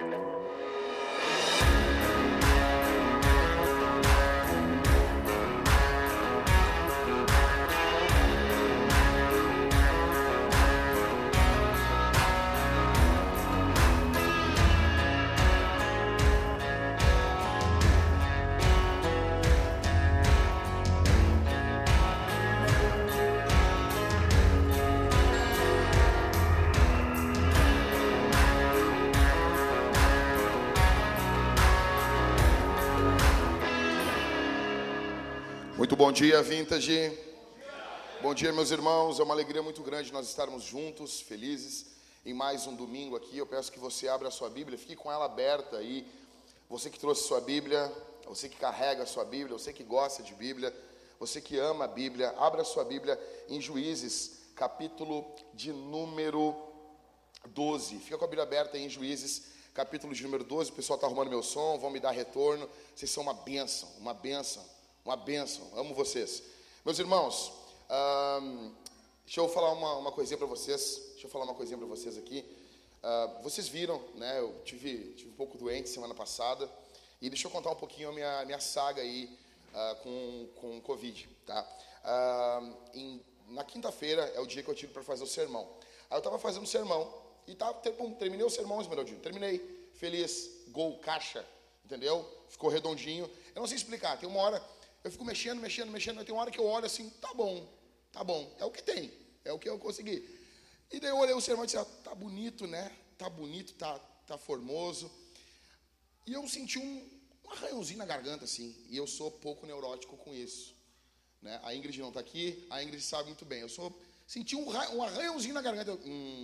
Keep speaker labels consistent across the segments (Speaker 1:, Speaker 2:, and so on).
Speaker 1: Muito bom dia, Vintage. Bom dia, meus irmãos. É uma alegria muito grande nós estarmos juntos, felizes, em mais um domingo aqui. Eu peço que você abra a sua Bíblia, fique com ela aberta aí. Você que trouxe sua Bíblia, você que carrega a sua Bíblia, você que gosta de Bíblia, você que ama a Bíblia, abra a sua Bíblia em Juízes, capítulo de número 12. Fica com a Bíblia aberta aí em Juízes, capítulo de número 12. O pessoal está arrumando meu som, vão me dar retorno. Vocês são uma bênção, uma bênção. Uma bênção, amo vocês. Meus irmãos, deixa eu falar uma coisinha para vocês. Deixa eu falar uma coisinha para vocês aqui. Vocês viram, né? Eu tive um pouco doente semana passada. E deixa eu contar um pouquinho a minha saga aí com Covid, tá? Na quinta-feira é o dia que eu tive para fazer o sermão. Aí eu estava fazendo o sermão e terminei o sermão, Esmeraldinho. Terminei, feliz, gol, caixa, entendeu? Ficou redondinho. Eu não sei explicar, tem uma hora... Eu fico mexendo, tem uma hora que eu olho assim, tá bom, é o que tem, é o que eu consegui. E daí eu olhei o sermão e disse, tá bonito, né? Tá bonito, tá formoso. E eu senti um arranhãozinho na garganta, assim, e eu sou pouco neurótico com isso, né? A Ingrid não tá aqui, a Ingrid sabe muito bem. Senti um arranhãozinho na garganta,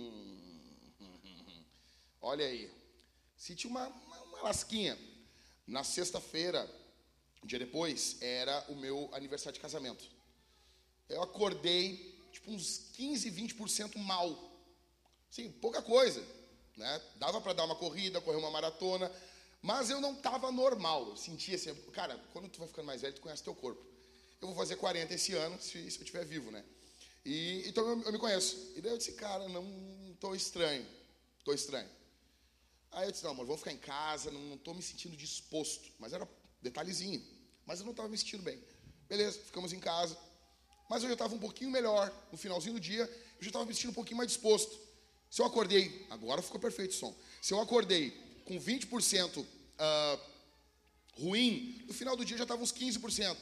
Speaker 1: olha aí, senti uma lasquinha. Na sexta-feira, um dia depois, era o meu aniversário de casamento. Eu acordei, tipo, uns 15, 20% mal. Sim, pouca coisa, né? Dava para dar uma corrida, correr uma maratona, mas eu não estava normal. Eu sentia assim, cara, quando tu vai ficando mais velho, tu conhece teu corpo. Eu vou fazer 40 esse ano, se eu estiver vivo, né? Então eu me conheço. E daí eu disse, cara, não, tô estranho. Aí eu disse, não, amor, vamos ficar em casa, não estou me sentindo disposto. Mas era detalhezinho. Mas eu não estava me sentindo bem. Beleza, ficamos em casa. Mas eu já estava um pouquinho melhor. No finalzinho do dia, eu já estava me sentindo um pouquinho mais disposto. Se eu acordei, agora ficou perfeito o som. Se eu acordei com 20% ruim, no final do dia já estava uns 15%.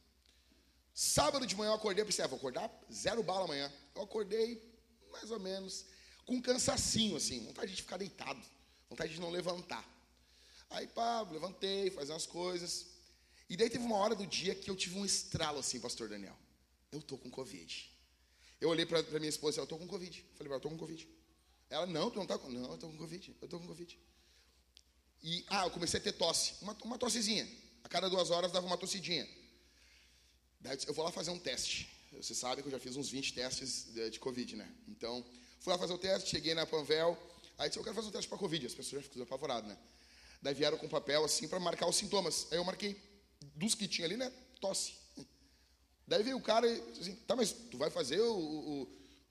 Speaker 1: Sábado de manhã eu acordei, eu pensei, vou acordar 0 bala amanhã. Eu acordei mais ou menos com um cansacinho, assim, vontade de ficar deitado, vontade de não levantar. Aí, levantei, fazer umas coisas. E daí teve uma hora do dia que eu tive um estralo assim, pastor Daniel. Eu tô com Covid. Eu olhei pra minha esposa e eu tô com Covid. Falei pra ela, eu tô com Covid. Ela, não, tu não tá com... Não, eu tô com Covid. E, eu comecei a ter tosse. Uma tossezinha. A cada 2 horas dava uma tossidinha. Daí eu disse, eu vou lá fazer um teste. Você sabe que eu já fiz uns 20 testes de Covid, né? Então, fui lá fazer o teste, cheguei na Panvel. Aí disse, eu quero fazer um teste pra Covid. As pessoas já ficam apavoradas, né? Daí vieram com papel assim para marcar os sintomas. Aí eu marquei dos que tinha ali, né? Tosse. Daí veio o cara e disse assim, tá, mas tu vai fazer o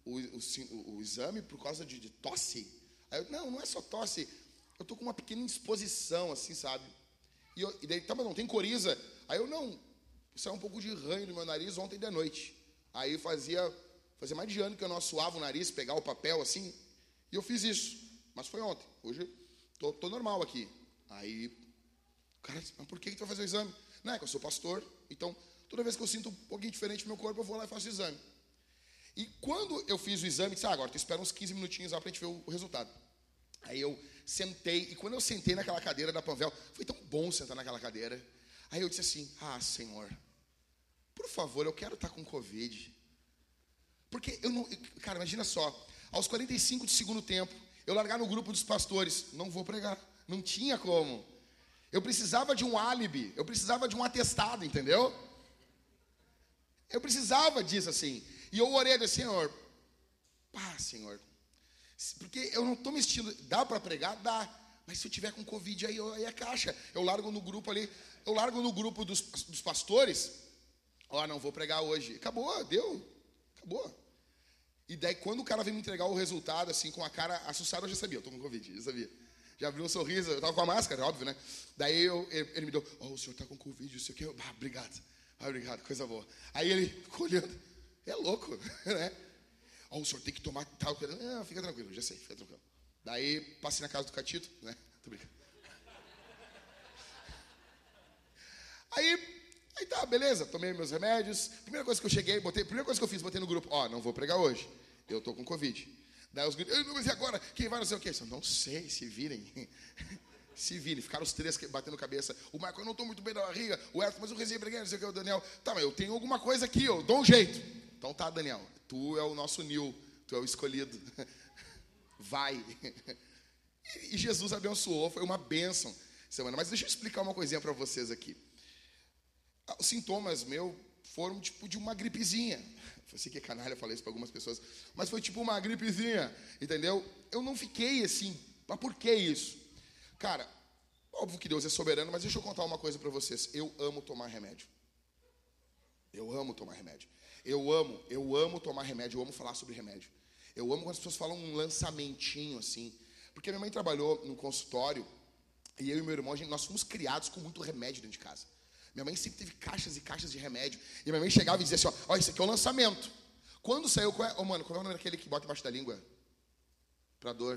Speaker 1: exame por causa de tosse? Aí eu, não é só tosse. Eu tô com uma pequena indisposição, assim, sabe? E daí, tá, mas não tem coriza? Aí eu, não. Saiu um pouco de ranho no meu nariz ontem de noite. Aí fazia mais de ano que eu não assoava o nariz, pegar o papel assim. E eu fiz isso. Mas foi ontem. Hoje tô normal aqui. Aí, cara, mas por que tu vai fazer o exame? Não, é que eu sou pastor, então toda vez que eu sinto um pouquinho diferente no meu corpo, eu vou lá e faço o exame. E quando eu fiz o exame, disse, agora tu espera uns 15 minutinhos lá pra gente ver o resultado. Aí eu sentei, e quando eu sentei naquela cadeira da Panvel, foi tão bom sentar naquela cadeira. Aí eu disse assim, Senhor, por favor, eu quero estar com Covid. Porque eu não, cara, imagina só, aos 45 do segundo tempo, eu largar no grupo dos pastores, não vou pregar. Não tinha como. Eu precisava de um álibi, eu precisava de um atestado, entendeu? Eu precisava disso, assim. E eu orei, disse, Senhor, Senhor, porque eu não estou me sentindo, dá para pregar? Dá. Mas se eu tiver com Covid, aí é caixa. Eu largo no grupo ali, eu largo no grupo dos pastores, não vou pregar hoje. Acabou. E daí, quando o cara veio me entregar o resultado, assim, com a cara assustada, eu já sabia, eu estou com Covid, já abriu um sorriso. Eu tava com a máscara, óbvio, né? Daí ele me deu, o senhor tá com Covid, isso aqui. Obrigado. Obrigado, coisa boa. Aí ele ficou olhando. É louco, né? O senhor tem que tomar tal. Não, fica tranquilo, já sei, fica tranquilo. Daí passei na casa do Catito, né? Tô brincando. Aí tá, beleza, tomei meus remédios. Primeira coisa que eu cheguei, primeira coisa que eu fiz, botei no grupo, não vou pregar hoje. Eu tô com Covid. Daí os gritos, mas e agora? Quem vai não sei o quê? Eu não sei, se virem. Se virem. Ficaram os três batendo cabeça. O Marco, eu não tô muito bem da barriga. O Elton, mas eu rezei preguei, não sei o que, o Daniel. Tá, mas eu tenho alguma coisa aqui, eu dou um jeito. Então tá, Daniel, tu é o nosso Nil, tu é o escolhido. Vai. E Jesus abençoou, foi uma bênção semana. Mas deixa eu explicar uma coisinha para vocês aqui. Os sintomas meus foram tipo de uma gripezinha. Eu sei que é canalha, eu falei isso para algumas pessoas, mas foi tipo uma gripezinha, entendeu? Eu não fiquei assim, mas por que isso? Cara, óbvio que Deus é soberano, mas deixa eu contar uma coisa para vocês. Eu amo tomar remédio. Eu amo tomar remédio. Eu amo tomar remédio, eu amo falar sobre remédio. Eu amo quando as pessoas falam um lançamentinho assim, porque minha mãe trabalhou no consultório e eu e meu irmão, nós fomos criados com muito remédio dentro de casa. Minha mãe sempre teve caixas e caixas de remédio. E minha mãe chegava e dizia assim, ó, isso aqui é o lançamento. Quando saiu, qual é o nome daquele que bota embaixo da língua? Pra dor.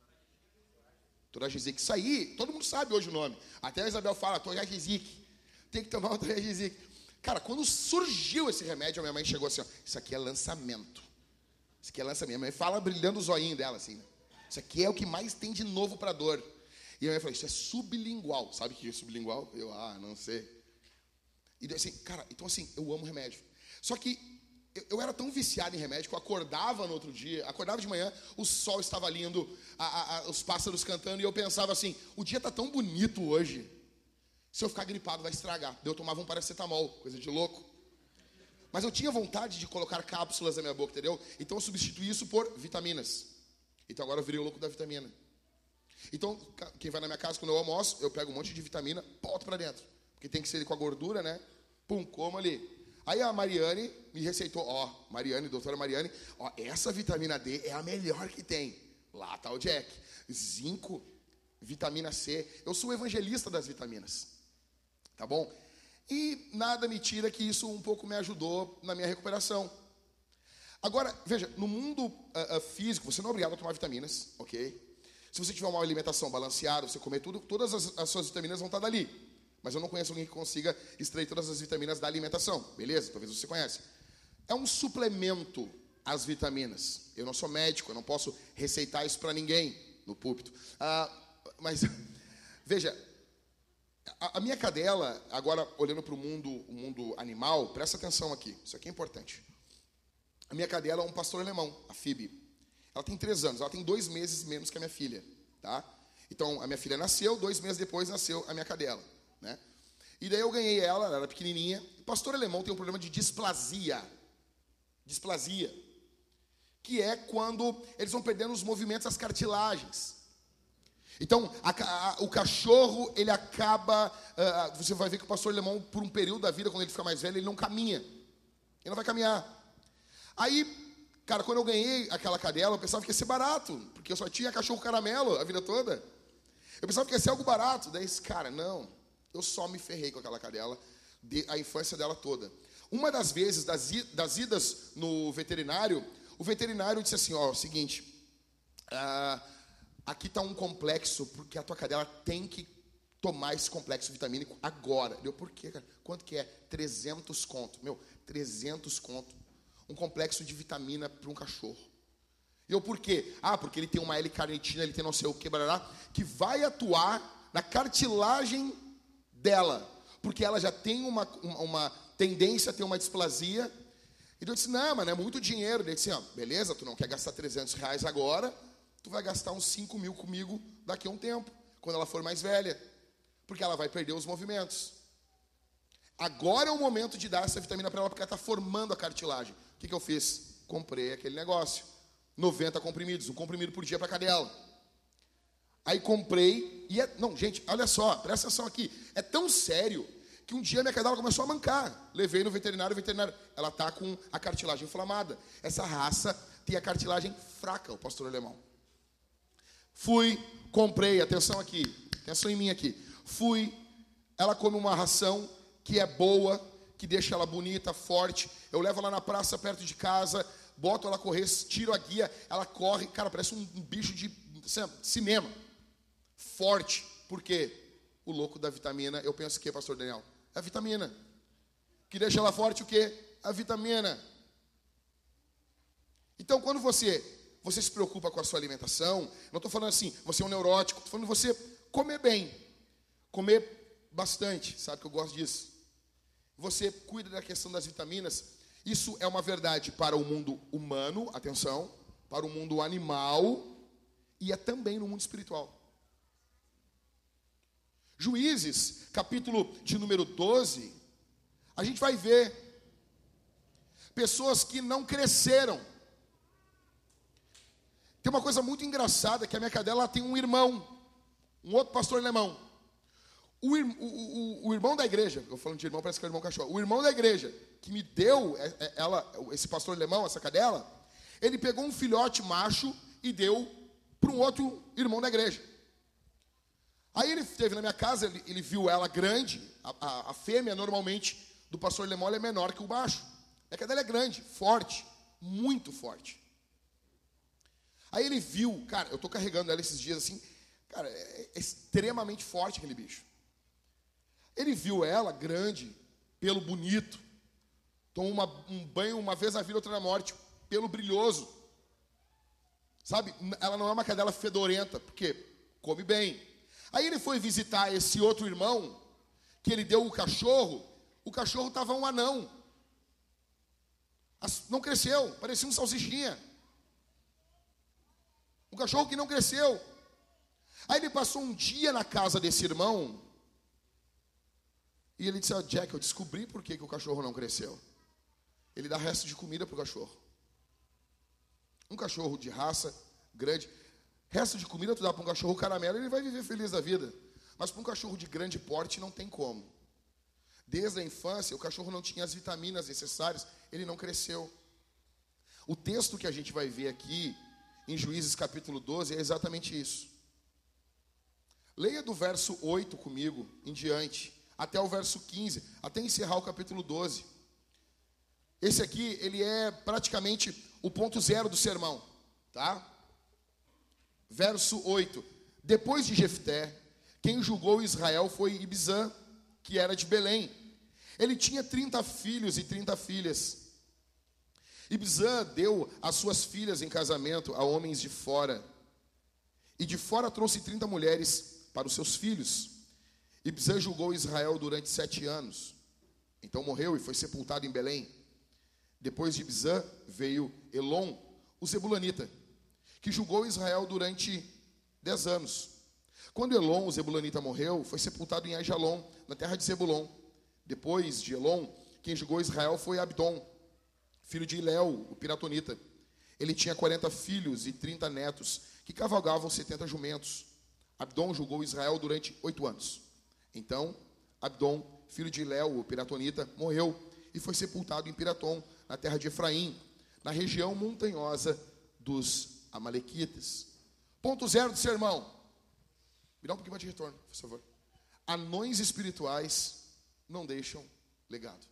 Speaker 1: Toragizic. Isso aí, todo mundo sabe hoje o nome. Até a Isabel fala, Toragizic. Tem que tomar o Toragizic. Cara, quando surgiu esse remédio, a minha mãe chegou assim, ó, isso aqui é lançamento. Isso aqui é lançamento. Minha mãe fala brilhando o zoinho dela, assim, né? Isso aqui é o que mais tem de novo pra dor. E a minha mãe falou, isso é sublingual. Sabe o que é sublingual? Eu, não sei. E assim, cara, então assim, eu amo remédio. Só que eu era tão viciado em remédio que eu acordava no outro dia, acordava de manhã, o sol estava lindo, os pássaros cantando, e eu pensava assim, o dia está tão bonito hoje, se eu ficar gripado vai estragar. Daí eu tomava um paracetamol, coisa de louco. Mas eu tinha vontade de colocar cápsulas na minha boca, entendeu? Então eu substituí isso por vitaminas. Então agora eu virei o louco da vitamina. Então, quem vai na minha casa, quando eu almoço, eu pego um monte de vitamina, boto pra dentro. Porque tem que ser com a gordura, né? Pum, como ali. Aí a Mariane me receitou, doutora Mariane, essa vitamina D é a melhor que tem. Lá tá o Jack. Zinco, vitamina C. Eu sou o evangelista das vitaminas. Tá bom? E nada me tira que isso um pouco me ajudou na minha recuperação. Agora, veja, no mundo físico, você não é obrigado a tomar vitaminas, ok? Se você tiver uma alimentação balanceada, você comer tudo, todas as suas vitaminas vão estar dali. Mas eu não conheço alguém que consiga extrair todas as vitaminas da alimentação. Beleza? Talvez você conhece. É um suplemento as vitaminas. Eu não sou médico, eu não posso receitar isso para ninguém no púlpito. Mas, veja, a minha cadela, agora olhando para o mundo animal, presta atenção aqui, isso aqui é importante. A minha cadela é um pastor alemão, a Phoebe. Ela tem 3 anos, ela tem 2 meses menos que a minha filha. Tá? Então, a minha filha nasceu, 2 meses depois nasceu a minha cadela. Né? E daí eu ganhei ela era pequenininha. O pastor alemão tem um problema de displasia, que é quando eles vão perdendo os movimentos, as cartilagens. Então, o cachorro, ele acaba, você vai ver que o pastor alemão, por um período da vida, quando ele fica mais velho, ele não caminha, ele não vai caminhar. Aí, cara, quando eu ganhei aquela cadela, eu pensava que ia ser barato, porque eu só tinha cachorro caramelo a vida toda. Eu pensava que ia ser algo barato, daí cara, não. Eu só me ferrei com aquela cadela, a infância dela toda. Uma das vezes, das idas no veterinário, o veterinário disse assim, o seguinte, aqui está um complexo, porque a tua cadela tem que tomar esse complexo vitamínico agora. Deu, por quê, cara? Quanto que é? 300 conto. 300 conto. Um complexo de vitamina para um cachorro. E eu, por quê? Porque ele tem uma L-carnitina, ele tem não sei o que, que vai atuar na cartilagem dela, porque ela já tem uma tendência a ter uma displasia. E eu disse, não, mas não é muito dinheiro. Ele disse, beleza, tu não quer gastar 300 reais agora, tu vai gastar uns 5 mil comigo daqui a um tempo, quando ela for mais velha, porque ela vai perder os movimentos. Agora é o momento de dar essa vitamina para ela, porque ela está formando a cartilagem. O que eu fiz? Comprei aquele negócio, 90 comprimidos, um comprimido por dia para a cadela. Aí comprei, não, gente, olha só, presta atenção aqui. É tão sério que um dia minha cadela começou a mancar. Levei no veterinário, ela está com a cartilagem inflamada. Essa raça tem a cartilagem fraca, o pastor alemão. Fui, comprei, atenção aqui, atenção em mim aqui. Fui, ela come uma ração que é boa, que deixa ela bonita, forte. Eu levo ela na praça perto de casa, boto ela a correr, tiro a guia, ela corre, cara, parece um bicho de cinema. Forte. Por quê? O louco da vitamina, eu penso que, pastor Daniel? É a vitamina. Que deixa ela forte o quê? A vitamina. Então, quando você se preocupa com a sua alimentação, não estou falando assim, você é um neurótico, estou falando você comer bem, comer bastante, sabe que eu gosto disso. Você cuida da questão das vitaminas, isso é uma verdade para o mundo humano, atenção, para o mundo animal e é também no mundo espiritual. Juízes, capítulo de número 12, a gente vai ver pessoas que não cresceram. Tem uma coisa muito engraçada, que a minha cadela tem um irmão, um outro pastor alemão. O irmão da igreja, eu falando de irmão, parece que é o irmão cachorro. O irmão da igreja, que me deu esse pastor alemão, essa cadela, ele pegou um filhote macho e deu para um outro irmão da igreja. Aí ele esteve na minha casa, ele viu ela grande, a fêmea normalmente do pastor alemão é menor que o macho. A cadela é grande, forte, muito forte. Aí ele viu, cara, eu estou carregando ela esses dias assim, cara, é extremamente forte aquele bicho. Ele viu ela grande, pelo bonito, toma um banho uma vez na vida, outra na morte, pelo brilhoso. Sabe, ela não é uma cadela fedorenta, porque come bem. Aí ele foi visitar esse outro irmão, que ele deu o cachorro estava um anão. Não cresceu, parecia um salsichinha. Um cachorro que não cresceu. Aí ele passou um dia na casa desse irmão, e ele disse, Jack, eu descobri por que o cachorro não cresceu. Ele dá resto de comida para o cachorro. Um cachorro de raça grande, resto de comida tu dá para um cachorro caramelo, ele vai viver feliz da vida. Mas para um cachorro de grande porte não tem como. Desde a infância, o cachorro não tinha as vitaminas necessárias, ele não cresceu. O texto que a gente vai ver aqui, em Juízes capítulo 12, é exatamente isso. Leia do verso 8 comigo, em diante, até o verso 15, até encerrar o capítulo 12. Esse aqui, ele é praticamente o ponto zero do sermão, tá? Verso 8. Depois de Jefté, quem julgou Israel foi Ibzã, que era de Belém. Ele tinha 30 filhos e 30 filhas. Ibzã deu as suas filhas em casamento a homens de fora. E de fora trouxe 30 mulheres para os seus filhos. Ibzã julgou Israel durante 7 anos. Então morreu e foi sepultado em Belém. Depois de Ibzã veio Elon, o Zebulanita, que julgou Israel durante 10 anos. Quando Elon, o Zebulanita, morreu, foi sepultado em Aijalon, na terra de Zebulon. Depois de Elon, quem julgou Israel foi Abdom, filho de Iléu, o piratonita. Ele tinha 40 filhos e 30 netos, que cavalgavam 70 jumentos. Abdom julgou Israel durante 8 anos. Então, Abdom, filho de Iléu, o piratonita, morreu e foi sepultado em Piratom, na terra de Efraim, na região montanhosa dos Amalequitas. Ponto zero do sermão. Me dá um pouquinho mais de retorno, por favor. Anões espirituais não deixam legado.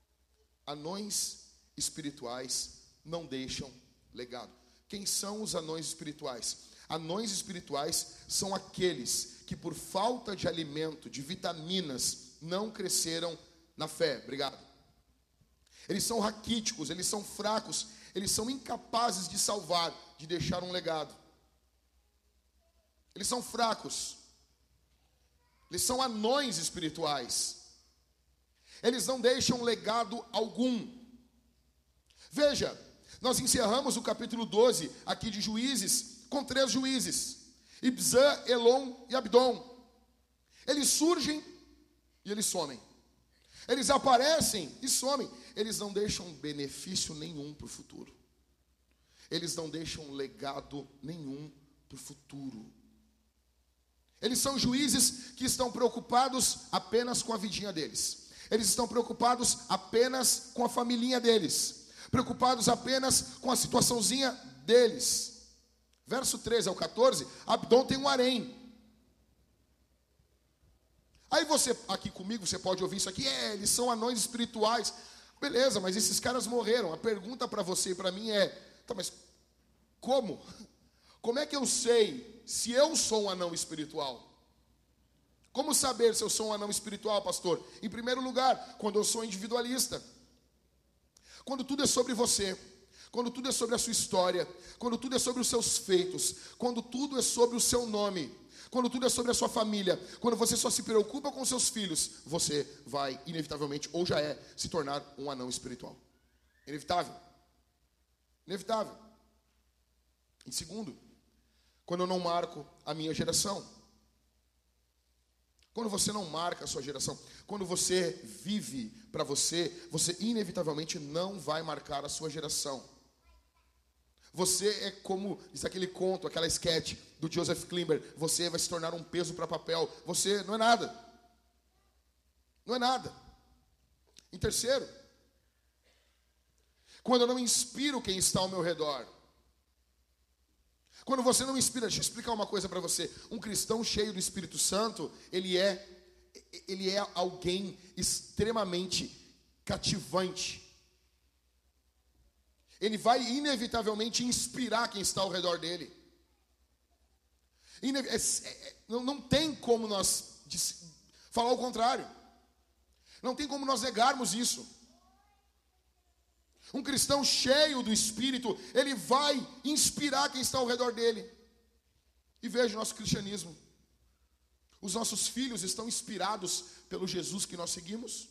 Speaker 1: Anões espirituais não deixam legado. Quem são os anões espirituais? Anões espirituais são aqueles que por falta de alimento, de vitaminas, não cresceram na fé. Obrigado. Eles são raquíticos, eles são fracos, eles são incapazes de salvar, de deixar um legado. Eles são fracos. Eles são anões espirituais. Eles não deixam legado algum. Veja, nós encerramos o capítulo 12 aqui de Juízes com 3 juízes: Ibzã, Elon e Abdom. Eles surgem e eles somem. Eles aparecem e somem. Eles não deixam benefício nenhum para o futuro. Eles não deixam legado nenhum para o futuro. Eles são juízes que estão preocupados apenas com a vidinha deles. Eles estão preocupados apenas com a familhinha deles. Preocupados apenas com a situaçãozinha deles. verso 13 ao 14, Abdon tem um harém. Aí você, aqui comigo, você pode ouvir isso aqui, eles são anões espirituais. Beleza, mas esses caras morreram. A pergunta para você e para mim é, tá, mas como? Como é que eu sei se eu sou um anão espiritual? Como saber se eu sou um anão espiritual, pastor? Em primeiro lugar, quando eu sou individualista. Quando tudo é sobre você. Quando tudo é sobre a sua história. Quando tudo é sobre os seus feitos. Quando tudo é sobre o seu nome. Quando tudo é sobre a sua família. Quando você só se preocupa com seus filhos, você vai, inevitavelmente, ou já é, se tornar um anão espiritual. Inevitável. Inevitável. Em segundo, quando eu não marco a minha geração. Quando você não marca a sua geração. Quando você vive para você, você inevitavelmente não vai marcar a sua geração. Você é como, diz aquele conto, aquela sketch do Joseph Klimber, você vai se tornar um peso para papel. Você não é nada. Não é nada. Em terceiro, quando eu não inspiro quem está ao meu redor. Quando você não inspira, deixa eu explicar uma coisa para você. Um cristão cheio do Espírito Santo, ele é alguém extremamente cativante. Ele vai inevitavelmente inspirar quem está ao redor dele. Não tem como nós falar o contrário. Não tem como nós negarmos isso. Um cristão cheio do Espírito, ele vai inspirar quem está ao redor dele. E veja o nosso cristianismo. Os nossos filhos estão inspirados pelo Jesus que nós seguimos.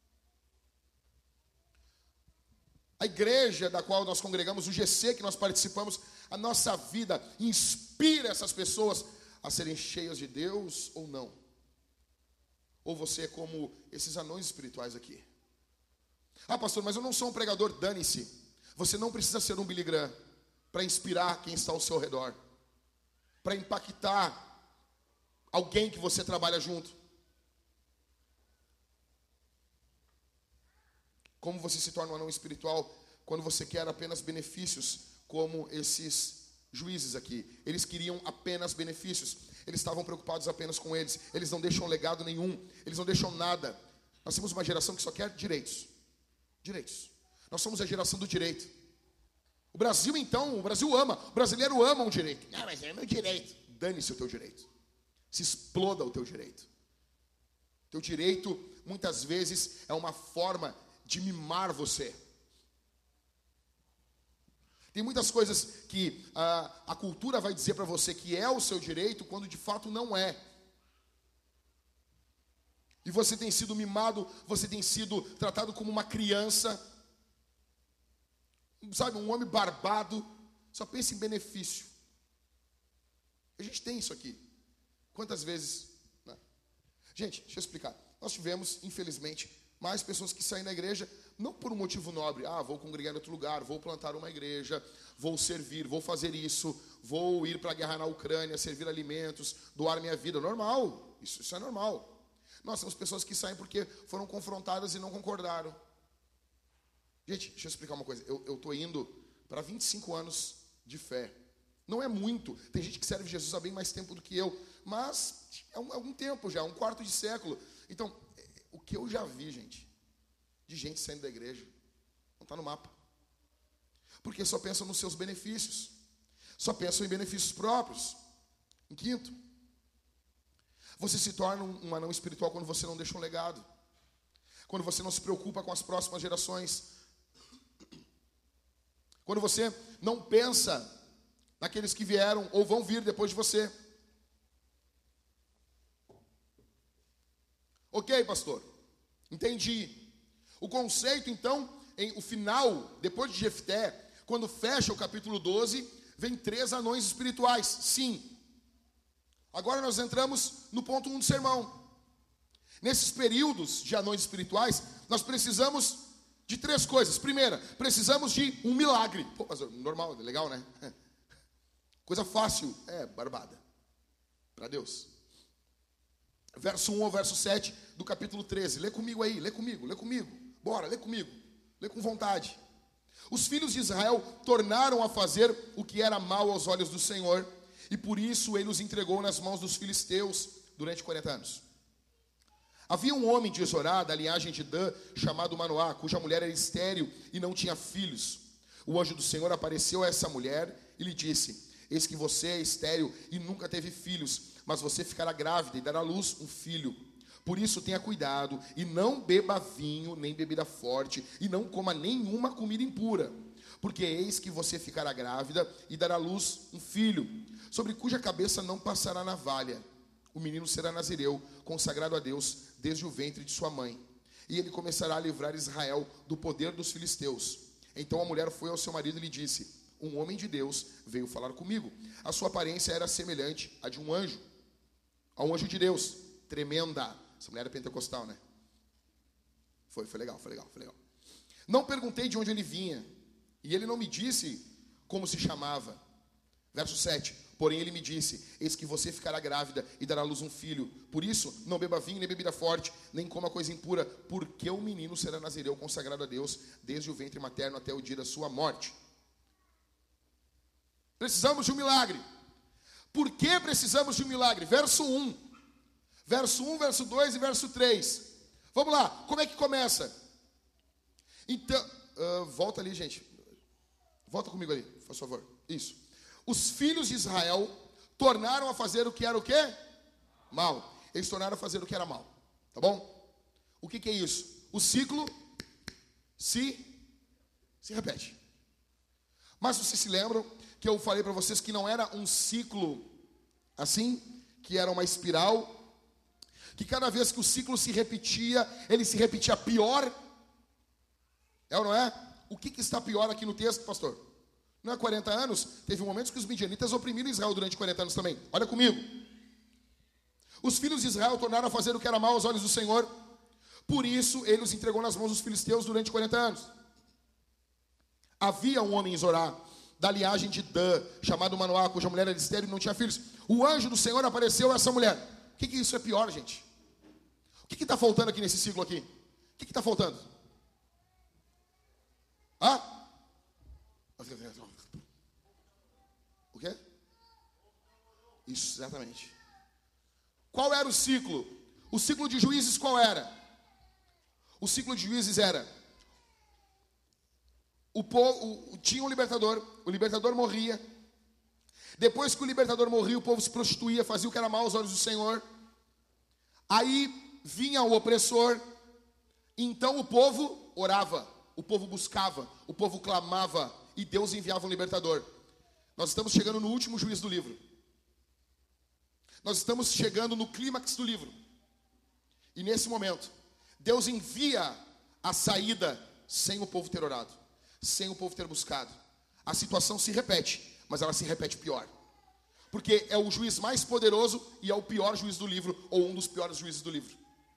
Speaker 1: A igreja da qual nós congregamos, o GC que nós participamos, a nossa vida inspira essas pessoas a serem cheias de Deus ou não? Ou você é como esses anões espirituais aqui? Ah, pastor, mas eu não sou um pregador, dane-se. Você não precisa ser um Billy Graham para inspirar quem está ao seu redor, para impactar alguém que você trabalha junto. Como você se torna um anão espiritual quando você quer apenas benefícios, como esses juízes aqui. Eles queriam apenas benefícios. Eles estavam preocupados apenas com eles. Eles não deixam legado nenhum. Eles não deixam nada. Nós temos uma geração que só quer direitos. Direitos. Nós somos a geração do direito. O Brasil, então, o Brasil ama. O brasileiro ama o direito. Ah, mas é meu direito. Dane-se o teu direito. Se exploda o teu direito. Teu direito, muitas vezes, é uma forma de mimar você. Tem muitas coisas que a cultura vai dizer para você que é o seu direito, quando de fato não é. E você tem sido mimado, você tem sido tratado como uma criança, sabe, um homem barbado, só pensa em benefício. A gente tem isso aqui. Quantas vezes? Né? Gente, deixa eu explicar. Nós tivemos, infelizmente, mais pessoas que saem da igreja, não por um motivo nobre. Ah, vou congregar em outro lugar, vou plantar uma igreja, vou servir, vou fazer isso, vou ir para a guerra na Ucrânia, servir alimentos, doar minha vida. Normal, isso é normal. Nós temos pessoas que saem porque foram confrontadas e não concordaram. Gente, deixa eu explicar uma coisa. Eu estou indo para 25 anos de fé. Não é muito. Tem gente que serve Jesus há bem mais tempo do que eu. Mas é um tempo já, um quarto de século. Então, o que eu já vi, gente, de gente saindo da igreja, não está no mapa. Porque só pensam nos seus benefícios. Só pensam em benefícios próprios. Em quinto, você se torna um anão espiritual quando você não deixa um legado. Quando você não se preocupa com as próximas gerações. Quando você não pensa naqueles que vieram ou vão vir depois de você. Ok, pastor, entendi. O conceito, então, o final, depois de Jefté, quando fecha o capítulo 12, vem 3 anões espirituais. Sim. Agora nós entramos no ponto 1 do sermão. Nesses períodos de anões espirituais, nós precisamos de 3 coisas. Primeira, precisamos de um milagre. Pô, pastor, normal, legal, né? Coisa fácil, barbada. Para Deus. Verso 1 ao verso 7 do capítulo 13. Lê comigo aí, lê comigo. Bora, lê comigo. Lê com vontade. Os filhos de Israel tornaram a fazer o que era mal aos olhos do Senhor, e por isso ele os entregou nas mãos dos filisteus durante 40 anos. Havia um homem de Zorá, da linhagem de Dan, chamado Manoá, cuja mulher era estéril e não tinha filhos. O anjo do Senhor apareceu a essa mulher e lhe disse: eis que você é estéril e nunca teve filhos, mas você ficará grávida e dará à luz um filho. Por isso tenha cuidado e não beba vinho nem bebida forte e não coma nenhuma comida impura, porque eis que você ficará grávida e dará à luz um filho, sobre cuja cabeça não passará navalha. O menino será nazireu, consagrado a Deus desde o ventre de sua mãe, e ele começará a livrar Israel do poder dos filisteus. Então a mulher foi ao seu marido e lhe disse: um homem de Deus veio falar comigo. A sua aparência era semelhante à de um anjo, a um anjo de Deus, tremenda. Essa mulher é pentecostal, né? Foi legal. Não perguntei de onde ele vinha, e ele não me disse como se chamava. Verso 7. Porém ele me disse: eis que você ficará grávida e dará à luz um filho. Por isso, não beba vinho nem bebida forte, nem coma coisa impura, porque o menino será nazireu, consagrado a Deus, desde o ventre materno até o dia da sua morte. Precisamos de um milagre. Por que precisamos de um milagre? Verso 1. Verso 1, verso 2 e verso 3. Vamos lá, como é que começa? Então, volta ali, gente. Volta comigo ali, por favor. Isso. Os filhos de Israel tornaram a fazer o que era o quê? Mal. Eles tornaram a fazer o que era mal. Tá bom? O que é isso? O ciclo se repete. Mas vocês se lembram que eu falei para vocês que não era um ciclo assim, que era uma espiral, que cada vez que o ciclo se repetia, ele se repetia pior? É ou não é? O que está pior aqui no texto, pastor? Não é 40 anos? Teve momentos que os midianitas oprimiram Israel durante 40 anos também. Olha comigo. Os filhos de Israel tornaram a fazer o que era mal aos olhos do Senhor. Por isso, ele os entregou nas mãos dos filisteus durante 40 anos. Havia um homem em Zorá, da linhagem de Dan, chamado Manoá, cuja mulher era estéril e não tinha filhos. O anjo do Senhor apareceu a essa mulher. O que isso é pior, gente? O que está faltando aqui nesse ciclo aqui? O que está faltando? O quê? Isso, exatamente. Qual era o ciclo? O ciclo de Juízes qual era? O ciclo de Juízes era: o povo tinha um libertador, o libertador morria. Depois que o libertador morria, o povo se prostituía, fazia o que era mal aos olhos do Senhor. Aí vinha o opressor, então o povo orava, o povo buscava, o povo clamava, e Deus enviava um libertador. Nós estamos chegando no último juízo do livro. Nós estamos chegando no clímax do livro. E nesse momento, Deus envia a saída sem o povo ter orado, sem o povo ter buscado. A situação se repete, mas ela se repete pior. Porque é o juiz mais poderoso e é o pior juiz do livro, ou um dos piores juízes do livro.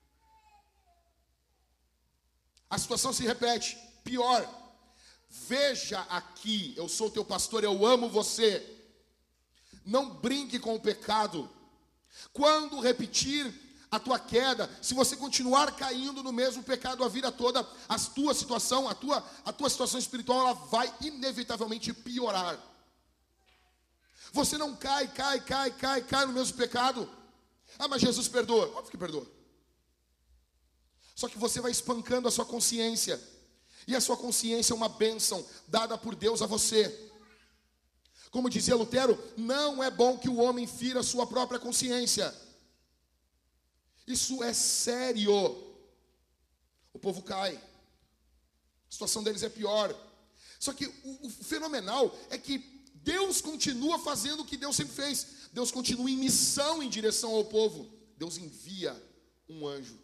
Speaker 1: A situação se repete, pior. Veja aqui, eu sou teu pastor, eu amo você. Não brinque com o pecado. Quando repetir a tua queda, se você continuar caindo no mesmo pecado a vida toda, a tua situação espiritual, ela vai inevitavelmente piorar. Você não cai no mesmo pecado. Mas Jesus perdoa. Óbvio que perdoa. Só que você vai espancando a sua consciência. E a sua consciência é uma bênção dada por Deus a você. Como dizia Lutero, não é bom que o homem fira a sua própria consciência. Isso é sério. O povo cai. A situação deles é pior. Só que o fenomenal é que Deus continua fazendo o que Deus sempre fez. Deus continua em missão em direção ao povo. Deus envia um anjo.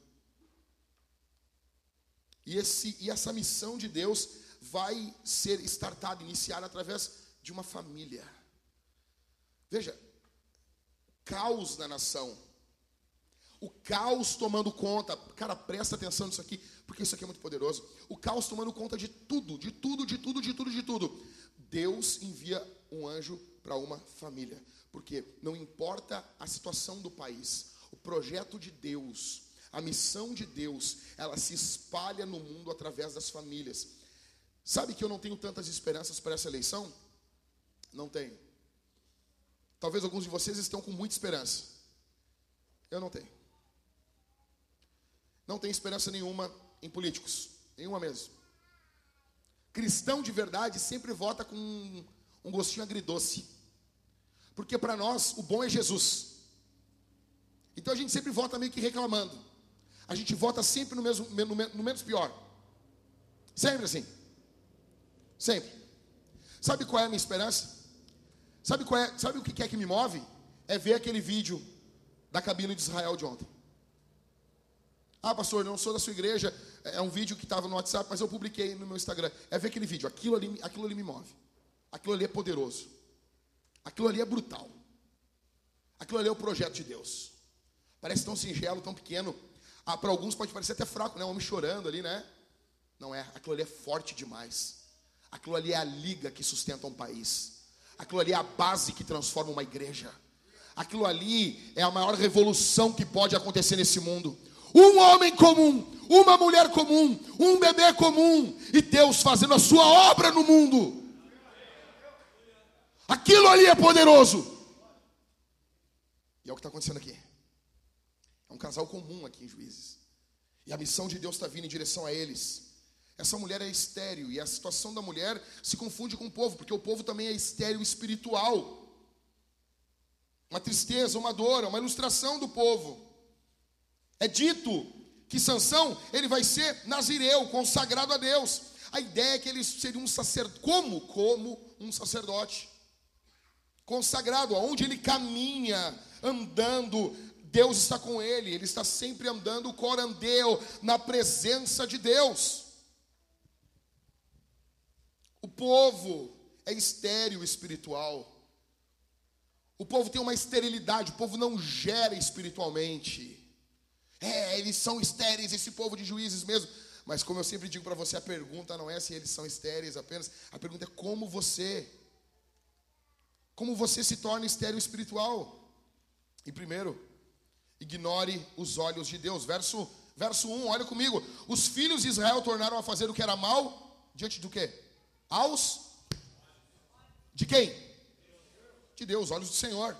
Speaker 1: E essa missão de Deus vai ser startada, iniciada através de uma família. Veja, caos na nação. O caos tomando conta. Cara, presta atenção nisso aqui, porque isso aqui é muito poderoso. O caos tomando conta de tudo. Deus envia um anjo para uma família. Porque não importa a situação do país, o projeto de Deus, a missão de Deus, ela se espalha no mundo através das famílias. Sabe que eu não tenho tantas esperanças para essa eleição? Não tenho. Talvez alguns de vocês estão com muita esperança. Eu não tenho. Não tenho esperança nenhuma em políticos. Nenhuma mesmo. Cristão de verdade sempre vota com um gostinho agridoce. Porque para nós o bom é Jesus. Então a gente sempre vota meio que reclamando. A gente vota sempre no menos pior. Sempre assim. Sempre. Sabe qual é a minha esperança? Sabe o que é que me move? É ver aquele vídeo da cabine de Israel de ontem. Ah, pastor, eu não sou da sua igreja. É um vídeo que estava no WhatsApp, mas eu publiquei no meu Instagram. É ver aquele vídeo. Aquilo ali me move. Aquilo ali é poderoso. Aquilo ali é brutal. Aquilo ali é o projeto de Deus. Parece tão singelo, tão pequeno. Ah, para alguns pode parecer até fraco, né? Um homem chorando ali, né? Não é. Aquilo ali é forte demais. Aquilo ali é a liga que sustenta um país. Aquilo ali é a base que transforma uma igreja. Aquilo ali é a maior revolução que pode acontecer nesse mundo. Um homem comum, uma mulher comum, um bebê comum, e Deus fazendo a sua obra no mundo. Aquilo ali é poderoso. E é o que está acontecendo aqui. É um casal comum aqui em Juízes. E a missão de Deus está vindo em direção a eles. Essa mulher é estéril, e a situação da mulher se confunde com o povo, porque o povo também é estéril espiritual. Uma tristeza, uma dor, uma ilustração do povo. É dito que Sansão, ele vai ser nazireu, consagrado a Deus. A ideia é que ele seria um sacerdote. Como um sacerdote. Consagrado, aonde ele caminha, andando, Deus está com ele. Ele está sempre andando corandeu, na presença de Deus. O povo é estéril espiritual. O povo tem uma esterilidade, o povo não gera espiritualmente. Eles são estéreis, esse povo de Juízes mesmo. Mas como eu sempre digo para você, a pergunta não é se eles são estéreis apenas. A pergunta é como você se torna estéril espiritual. E primeiro, ignore os olhos de Deus. Verso 1, olha comigo. Os filhos de Israel tornaram a fazer o que era mal, diante do quê? De quem? De Deus, olhos do Senhor.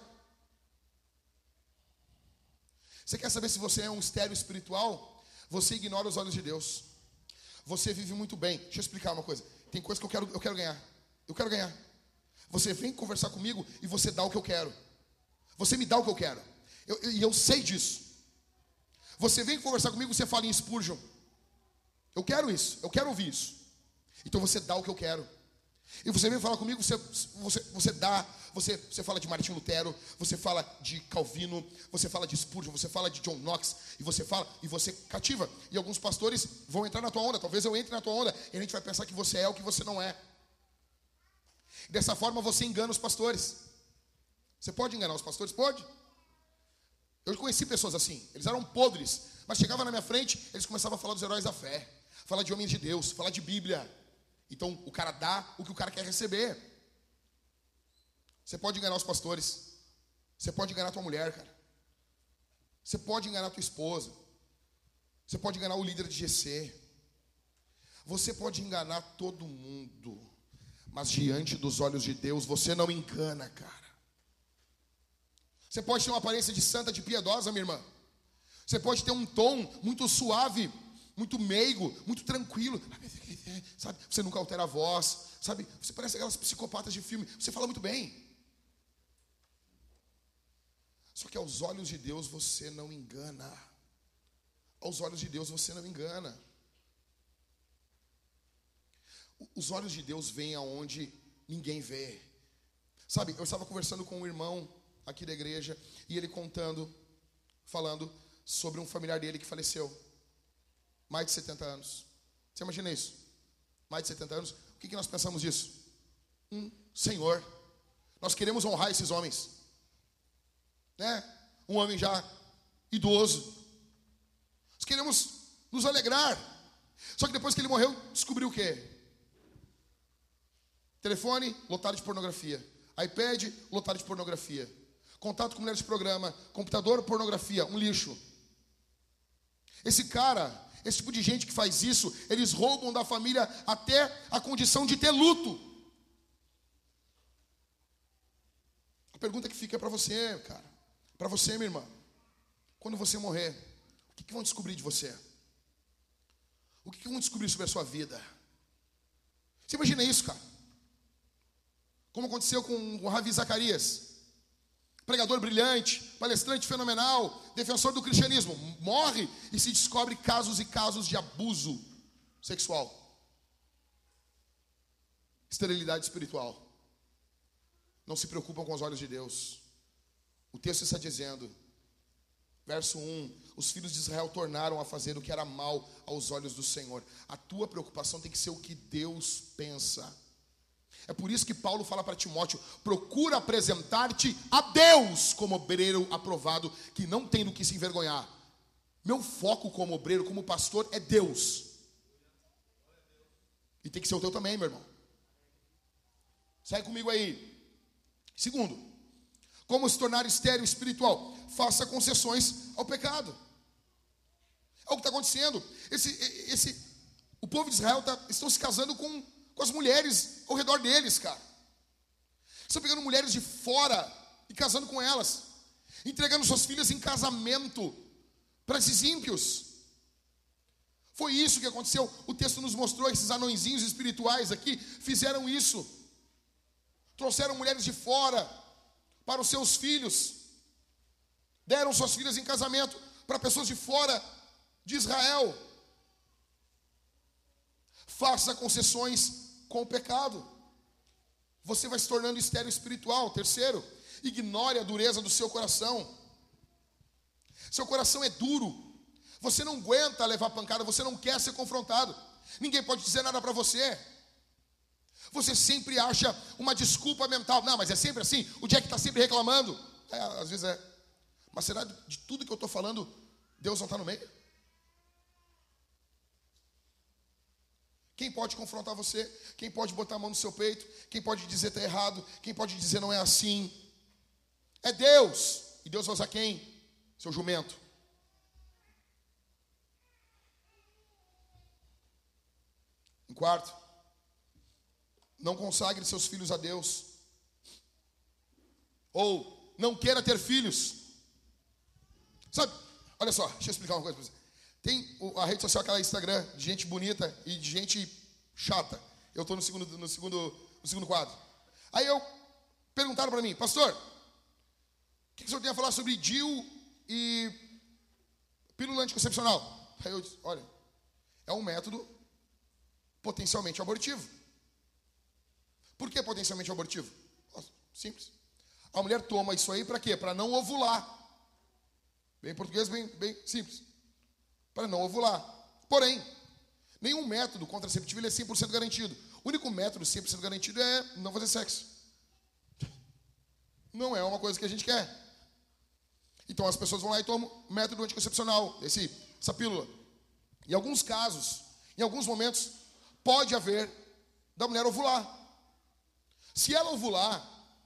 Speaker 1: Você quer saber se você é um estéril espiritual? Você ignora os olhos de Deus. Você vive muito bem. Deixa eu explicar uma coisa. Tem coisa que eu quero ganhar. Eu quero ganhar. Você vem conversar comigo e você dá o que eu quero. Você me dá o que eu quero. E eu sei disso. Você vem conversar comigo e você fala em Spurgeon. Eu quero isso. Eu quero ouvir isso. Então você dá o que eu quero. E você vem falar comigo, você dá, você fala de Martinho Lutero, você fala de Calvino, você fala de Spurgeon, você fala de John Knox, e você fala, e você cativa. E alguns pastores vão entrar na tua onda, talvez eu entre na tua onda, e a gente vai pensar que você é o que você não é. Dessa forma você engana os pastores. Você pode enganar os pastores? Pode. Eu conheci pessoas assim, eles eram podres, mas chegavam na minha frente, eles começavam a falar dos heróis da fé, falar de homens de Deus, falar de Bíblia. Então, o cara dá o que o cara quer receber. Você pode enganar os pastores. Você pode enganar a tua mulher, cara. Você pode enganar a tua esposa. Você pode enganar o líder de GC. Você pode enganar todo mundo. Mas diante dos olhos de Deus, você não engana, cara. Você pode ter uma aparência de santa, de piedosa, minha irmã. Você pode ter um tom muito suave, muito meigo, muito tranquilo, sabe? Você nunca altera a voz, sabe? Você parece aquelas psicopatas de filme. Você fala muito bem. Só que aos olhos de Deus você não engana. Aos olhos de Deus você não engana. Os olhos de Deus veem aonde ninguém vê. Sabe, eu estava conversando com um irmão aqui da igreja e ele falando sobre um familiar dele que faleceu. Mais de 70 anos. Você imagina isso? Mais de 70 anos. O que nós pensamos disso? Senhor. Nós queremos honrar esses homens. Né? Um homem já idoso. Nós queremos nos alegrar. Só que depois que ele morreu, descobriu o quê? Telefone lotado de pornografia. iPad lotado de pornografia. Contato com mulheres de programa. Computador, pornografia. Um lixo. Esse cara, esse tipo de gente que faz isso, eles roubam da família até a condição de ter luto. A pergunta que fica é para você, cara, para você, minha irmã. Quando você morrer, o que vão descobrir de você? O que vão descobrir sobre a sua vida? Você imagina isso, cara? Como aconteceu com o Ravi Zacarias. Pregador brilhante, palestrante fenomenal, defensor do cristianismo. Morre e se descobre casos e casos de abuso sexual. Esterilidade espiritual. Não se preocupam com os olhos de Deus. O texto está dizendo, verso 1, os filhos de Israel tornaram a fazer o que era mal aos olhos do Senhor. A tua preocupação tem que ser o que Deus pensa. É por isso que Paulo fala para Timóteo, procura apresentar-te a Deus como obreiro aprovado, que não tem do que se envergonhar. Meu foco como obreiro, como pastor, é Deus. E tem que ser o teu também, meu irmão. Sai comigo aí. Segundo, como se tornar estéril espiritual? Faça concessões ao pecado. É o que está acontecendo. O povo de Israel estão se casando com as mulheres ao redor deles, cara. Estão pegando mulheres de fora e casando com elas, entregando suas filhas em casamento para esses ímpios. Foi isso que aconteceu. O texto nos mostrou, esses anõezinhos espirituais aqui fizeram isso. Trouxeram mulheres de fora para os seus filhos, deram suas filhas em casamento para pessoas de fora de Israel. Faça concessões com o pecado. Você vai se tornando estéril espiritual. Terceiro, ignore a dureza do seu coração. Seu coração é duro. Você não aguenta levar pancada, você não quer ser confrontado. Ninguém pode dizer nada para você. Você sempre acha uma desculpa mental. Não, mas é sempre assim. O Jack está sempre reclamando. Às vezes é. Mas será de tudo que eu estou falando, Deus não está no meio? Quem pode confrontar você? Quem pode botar a mão no seu peito? Quem pode dizer está errado? Quem pode dizer não é assim? É Deus. E Deus vai usar quem? Seu jumento. Em quarto, não consagre seus filhos a Deus. Ou não queira ter filhos. Sabe, olha só, deixa eu explicar uma coisa para você. Tem a rede social, aquela Instagram, de gente bonita e de gente chata. Eu estou no segundo quadro. Aí perguntaram para mim, pastor, o que o senhor tem a falar sobre DIU e pílula anticoncepcional? Aí eu disse, olha, é um método potencialmente abortivo. Por que potencialmente abortivo? Simples. A mulher toma isso aí para quê? Para não ovular. Bem português, bem simples. Para não ovular. Porém, nenhum método contraceptivo ele é 100% garantido. O único método 100% garantido é não fazer sexo. Não é uma coisa que a gente quer. Então as pessoas vão lá e tomam método anticoncepcional, essa pílula. Em alguns casos, em alguns momentos, pode haver da mulher ovular. Se ela ovular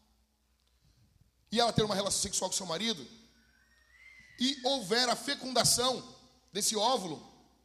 Speaker 1: e ela ter uma relação sexual com seu marido e houver a fecundação desse óvulo,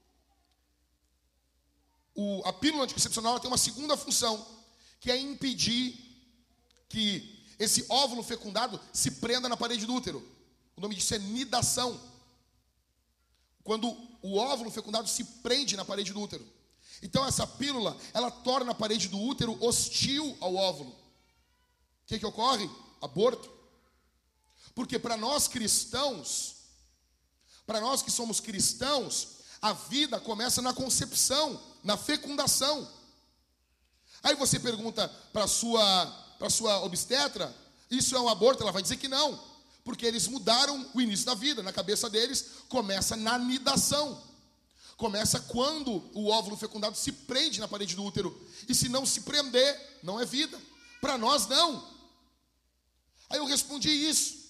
Speaker 1: a pílula anticoncepcional tem uma segunda função, que é impedir que esse óvulo fecundado se prenda na parede do útero. O nome disso é nidação. Quando o óvulo fecundado se prende na parede do útero. Então essa pílula, ela torna a parede do útero hostil ao óvulo. O que ocorre? Aborto. Porque para nós cristãos, para nós que somos cristãos, a vida começa na concepção, na fecundação. Aí você pergunta para sua obstetra, isso é um aborto? Ela vai dizer que não, porque eles mudaram o início da vida. Na cabeça deles, começa na nidação. Começa quando o óvulo fecundado se prende na parede do útero. E se não se prender, não é vida. Para nós, não. Aí eu respondi isso.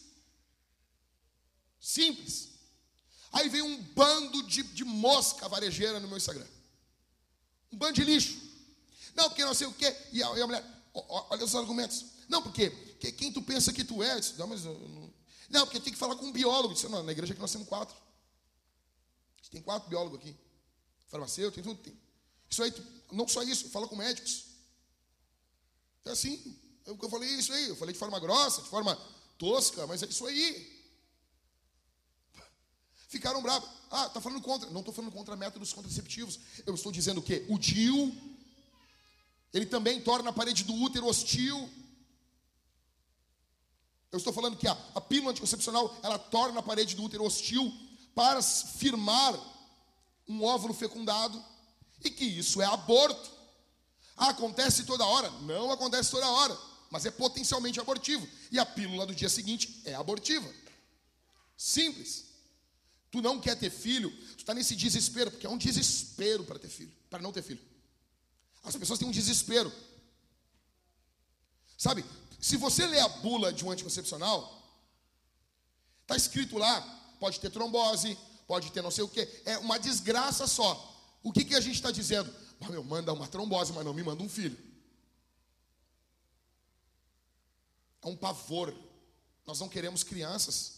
Speaker 1: Simples. Aí veio um bando de mosca varejeira no meu Instagram. Um bando de lixo. Não, porque não sei o quê. E a mulher, olha os argumentos. Não, porque quem tu pensa que tu é? Disse, não, mas não, porque tem que falar com um biólogo. Disse, não, na igreja aqui nós temos 4. Tem 4 biólogos aqui. farmacêutico, tem. Isso aí, não só isso, fala com médicos. É assim, eu falei isso aí, eu falei de forma grossa, de forma tosca, mas é isso aí. Ficaram bravos. Ah, está falando contra. Não estou falando contra métodos contraceptivos. Eu estou dizendo o quê? O DIU, ele também torna a parede do útero hostil. Eu estou falando que a pílula anticoncepcional, ela torna a parede do útero hostil para firmar um óvulo fecundado. E que isso é aborto. Ah, acontece toda hora? Não acontece toda hora, mas é potencialmente abortivo. E a pílula do dia seguinte é abortiva. Simples. Tu não quer ter filho, tu está nesse desespero, porque é um desespero para ter filho, para não ter filho. As pessoas têm um desespero. Sabe, se você lê a bula de um anticoncepcional, está escrito lá, pode ter trombose, pode ter não sei o quê, é uma desgraça só. O que a gente está dizendo? Manda uma trombose, mas não me manda um filho. É um pavor. Nós não queremos crianças.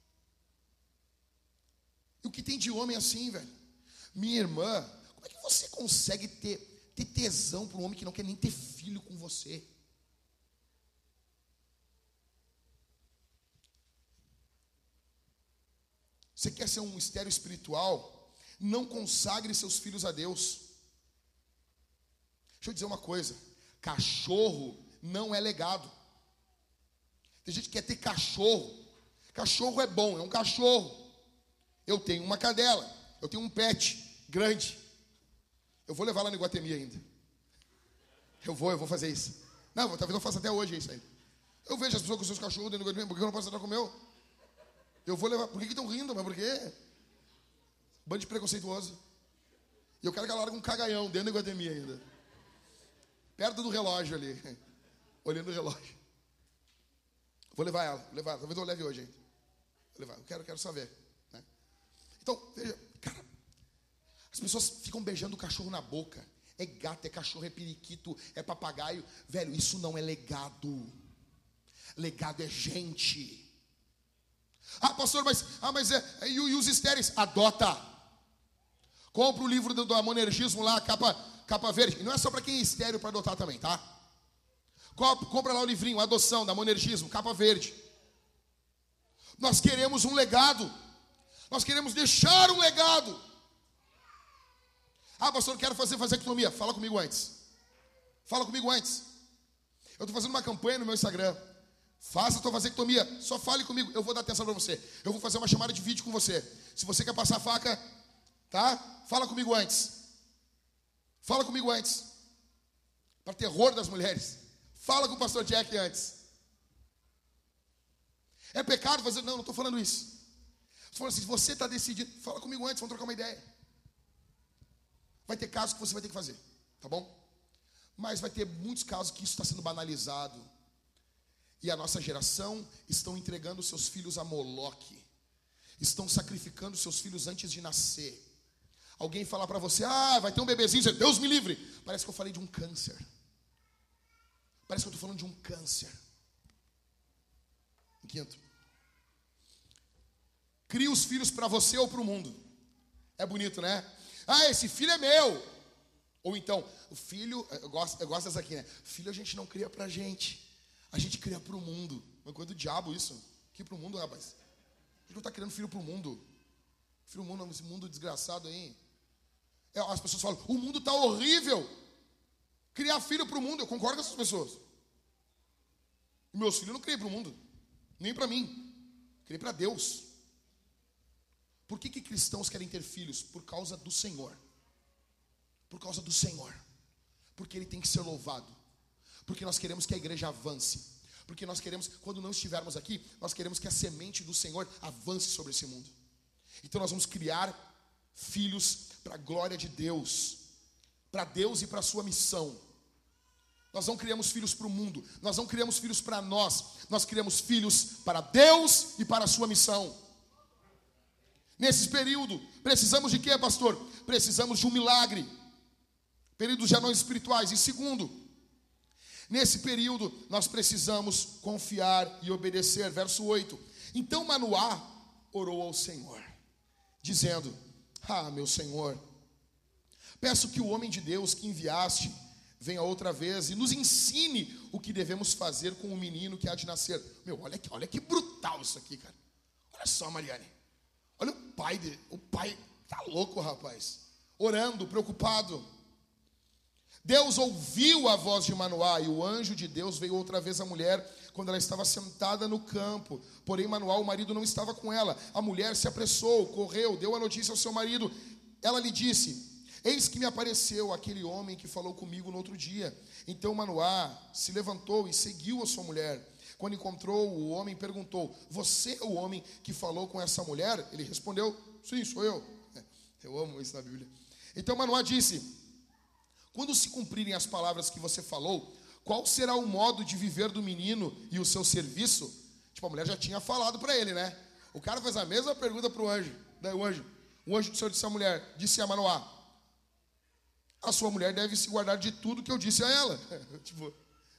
Speaker 1: E o que tem de homem assim, velho? Minha irmã, como é que você consegue ter tesão para um homem que não quer nem ter filho com você? Você quer ser um estéril espiritual? Não consagre seus filhos a Deus. Deixa eu dizer uma coisa. Cachorro não é legado. Tem gente que quer ter cachorro. Cachorro é bom, é um cachorro. Eu tenho uma cadela, eu tenho um pet grande. Eu vou levar lá no Iguatemi ainda. Eu vou fazer isso. Não, talvez eu faça até hoje isso aí. Eu vejo as pessoas com seus cachorros dentro do Iguatemi, por que eu não posso entrar com o meu? Eu vou levar. Por que estão rindo? Mas por quê? Bando de preconceituoso. E eu quero que ela largue um cagaião dentro do Iguatemi ainda. Perto do relógio ali. Olhando o relógio. Vou levar ela. Talvez eu leve hoje ainda. Vou levar. Eu quero só ver. Né? Então, veja, cara. As pessoas ficam beijando o cachorro na boca. É gato, é cachorro, é periquito, é papagaio. Velho, isso não é legado. Legado é gente. Ah, pastor, mas e os estéreis? Adota. Compra o livro do amonergismo lá, capa verde. E não é só para quem é estéreo para adotar também, tá? Compra lá o livrinho, adoção, da amonergismo, capa verde. Nós queremos um legado. Nós queremos deixar um legado. Ah, pastor, quero fazer vasectomia. Fala comigo antes. Eu estou fazendo uma campanha no meu Instagram. Faça a tua vasectomia. Só fale comigo. Eu vou dar atenção para você. Eu vou fazer uma chamada de vídeo com você. Se você quer passar a faca, tá? Fala comigo antes. Para terror das mulheres. Fala com o pastor Jack antes. É pecado fazer? Não estou falando isso. Estou falando assim, se você está decidido, fala comigo antes, vamos trocar uma ideia. Vai ter casos que você vai ter que fazer, tá bom? Mas vai ter muitos casos que isso está sendo banalizado. E a nossa geração estão entregando seus filhos a Moloque. Estão sacrificando seus filhos antes de nascer. Alguém falar para você, vai ter um bebezinho, você, Deus me livre. Parece que eu falei de um câncer. Parece que eu estou falando de um câncer. Em quinto, crie os filhos para você ou para o mundo. É bonito, né? Esse filho é meu. Ou então, o filho, eu gosto dessa aqui, né? Filho a gente não cria pra gente. A gente cria para o mundo. Uma coisa do diabo isso. Que para o mundo, rapaz? A gente não está criando filho para o mundo. Filho pro mundo, esse mundo desgraçado aí. As pessoas falam, o mundo está horrível. Criar filho para o mundo, eu concordo com essas pessoas. E meus filhos eu não criei para o mundo. Nem para mim. Criei para Deus. Por que cristãos querem ter filhos? Por causa do Senhor. Por causa do Senhor. Porque Ele tem que ser louvado. Porque nós queremos que a igreja avance. Porque nós queremos, quando não estivermos aqui, nós queremos que a semente do Senhor avance sobre esse mundo. Então nós vamos criar filhos para a glória de Deus. Para Deus e para a sua missão. Nós não criamos filhos para o mundo. Nós não criamos filhos para nós. Nós criamos filhos para Deus e para a sua missão. Nesse período, precisamos de quê, pastor? Precisamos de um milagre. Períodos de anões espirituais. E segundo, nesse período, nós precisamos confiar e obedecer. Verso 8. Então Manoá orou ao Senhor, dizendo, meu Senhor, Peço que o homem de Deus que enviaste venha outra vez e nos ensine o que devemos fazer com o menino que há de nascer. Meu, olha que brutal isso aqui, cara. Olha só, Mariane. Olha o pai tá louco, rapaz. Orando, preocupado. Deus ouviu a voz de Manoá e o anjo de Deus veio outra vez à mulher quando ela estava sentada no campo. Porém, Manoá, o marido, não estava com ela. A mulher se apressou, correu, deu a notícia ao seu marido. Ela lhe disse: eis que me apareceu aquele homem que falou comigo no outro dia. Então Manoá se levantou e seguiu a sua mulher. Quando encontrou o homem, perguntou: você é o homem que falou com essa mulher? Ele respondeu: sim, sou eu. Eu amo isso na Bíblia. Então Manoá disse: quando se cumprirem as palavras que você falou, qual será o modo de viver do menino e o seu serviço? Tipo, a mulher já tinha falado para ele, né? O cara fez a mesma pergunta para o anjo. Daí o anjo do Senhor disse à mulher, disse a Manoá: a sua mulher deve se guardar de tudo que eu disse a ela. Tipo,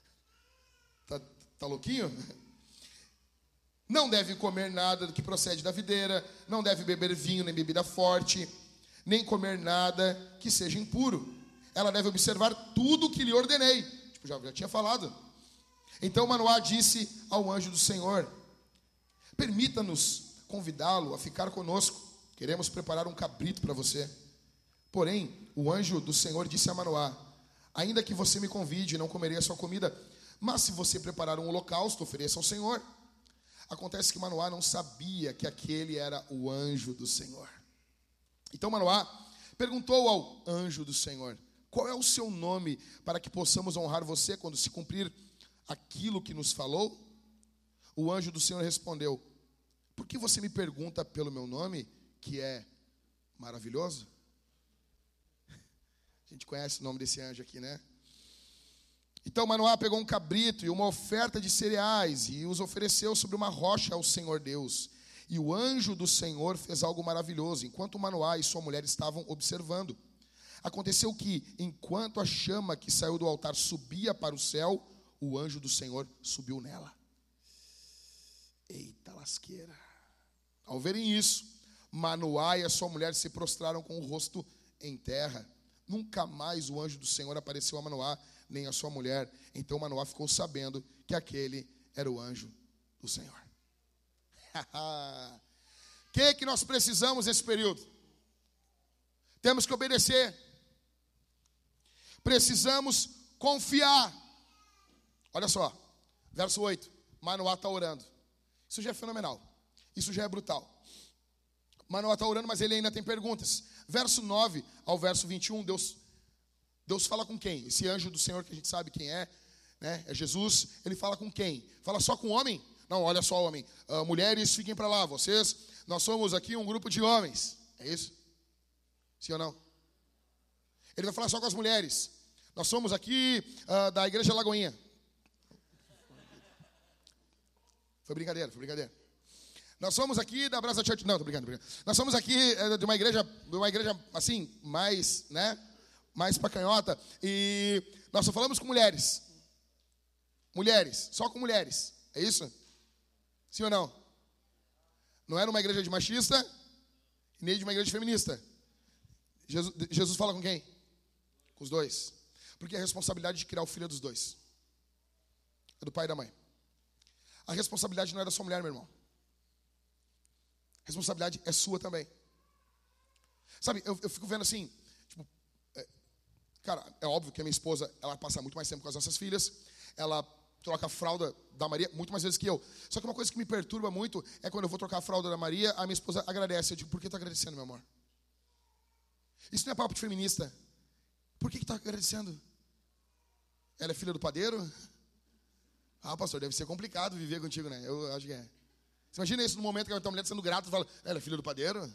Speaker 1: tá louquinho? Não deve comer nada do que procede da videira, não deve beber vinho nem bebida forte, nem comer nada que seja impuro. Ela deve observar tudo o que lhe ordenei. Tipo, já tinha falado. Então Manoá disse ao anjo do Senhor: permita-nos convidá-lo a ficar conosco. Queremos preparar um cabrito para você. Porém, o anjo do Senhor disse a Manoá: ainda que você me convide, não comerei a sua comida. Mas se você preparar um holocausto, ofereça ao Senhor. Acontece que Manoá não sabia que aquele era o anjo do Senhor. Então Manoá perguntou ao anjo do Senhor: qual é o seu nome, para que possamos honrar você quando se cumprir aquilo que nos falou? O anjo do Senhor respondeu: por que você me pergunta pelo meu nome, que é maravilhoso? A gente conhece o nome desse anjo aqui, né? Então Manoá pegou um cabrito e uma oferta de cereais e os ofereceu sobre uma rocha ao Senhor Deus. E o anjo do Senhor fez algo maravilhoso, enquanto Manoá e sua mulher estavam observando. Aconteceu que, enquanto a chama que saiu do altar subia para o céu, o anjo do Senhor subiu nela. Eita lasqueira. Ao verem isso, Manoá e a sua mulher se prostraram com o rosto em terra. Nunca mais o anjo do Senhor apareceu a Manoá, nem a sua mulher. Então Manoá ficou sabendo que aquele era o anjo do Senhor. O que nós precisamos nesse período? Temos que obedecer. Precisamos confiar. Olha só, verso 8. Manoá está orando. Isso já é fenomenal. Isso já é brutal. Manoá está orando, mas ele ainda tem perguntas. Verso 9 ao verso 21, Deus fala com quem? Esse anjo do Senhor que a gente sabe quem é, né? É Jesus. Ele fala com quem? Fala só com o homem? Não, olha só, homem. Mulheres, fiquem para lá. Nós somos aqui um grupo de homens. É isso? Sim ou não? Ele vai falar só com as mulheres. Nós somos aqui da Igreja Lagoinha. Foi brincadeira. Nós somos aqui da Brasa Church. Não, tô brincando. Nós somos aqui de uma igreja assim, mais, né? Mais pra canhota. E nós só falamos com mulheres. Mulheres, só com mulheres. É isso? Sim ou não? Não era uma igreja de machista, nem de uma igreja feminista. Jesus fala com quem? Com os dois. Porque a responsabilidade de criar o filho é dos dois. É do pai e da mãe. A responsabilidade não é da sua mulher, meu irmão. A responsabilidade é sua também. Sabe, eu fico vendo assim, tipo, cara, é óbvio que a minha esposa, ela passa muito mais tempo com as nossas filhas, ela troca a fralda da Maria muito mais vezes que eu. Só que uma coisa que me perturba muito é quando eu vou trocar a fralda da Maria, a minha esposa agradece. Eu digo: por que está agradecendo, meu amor? Isso não é papo de feminista. Por que está agradecendo? Ela é filha do padeiro? Ah, pastor, deve ser complicado viver contigo, né? Eu acho que é. Você imagina isso no momento que a tua mulher está sendo grata e fala: ela é filha do padeiro?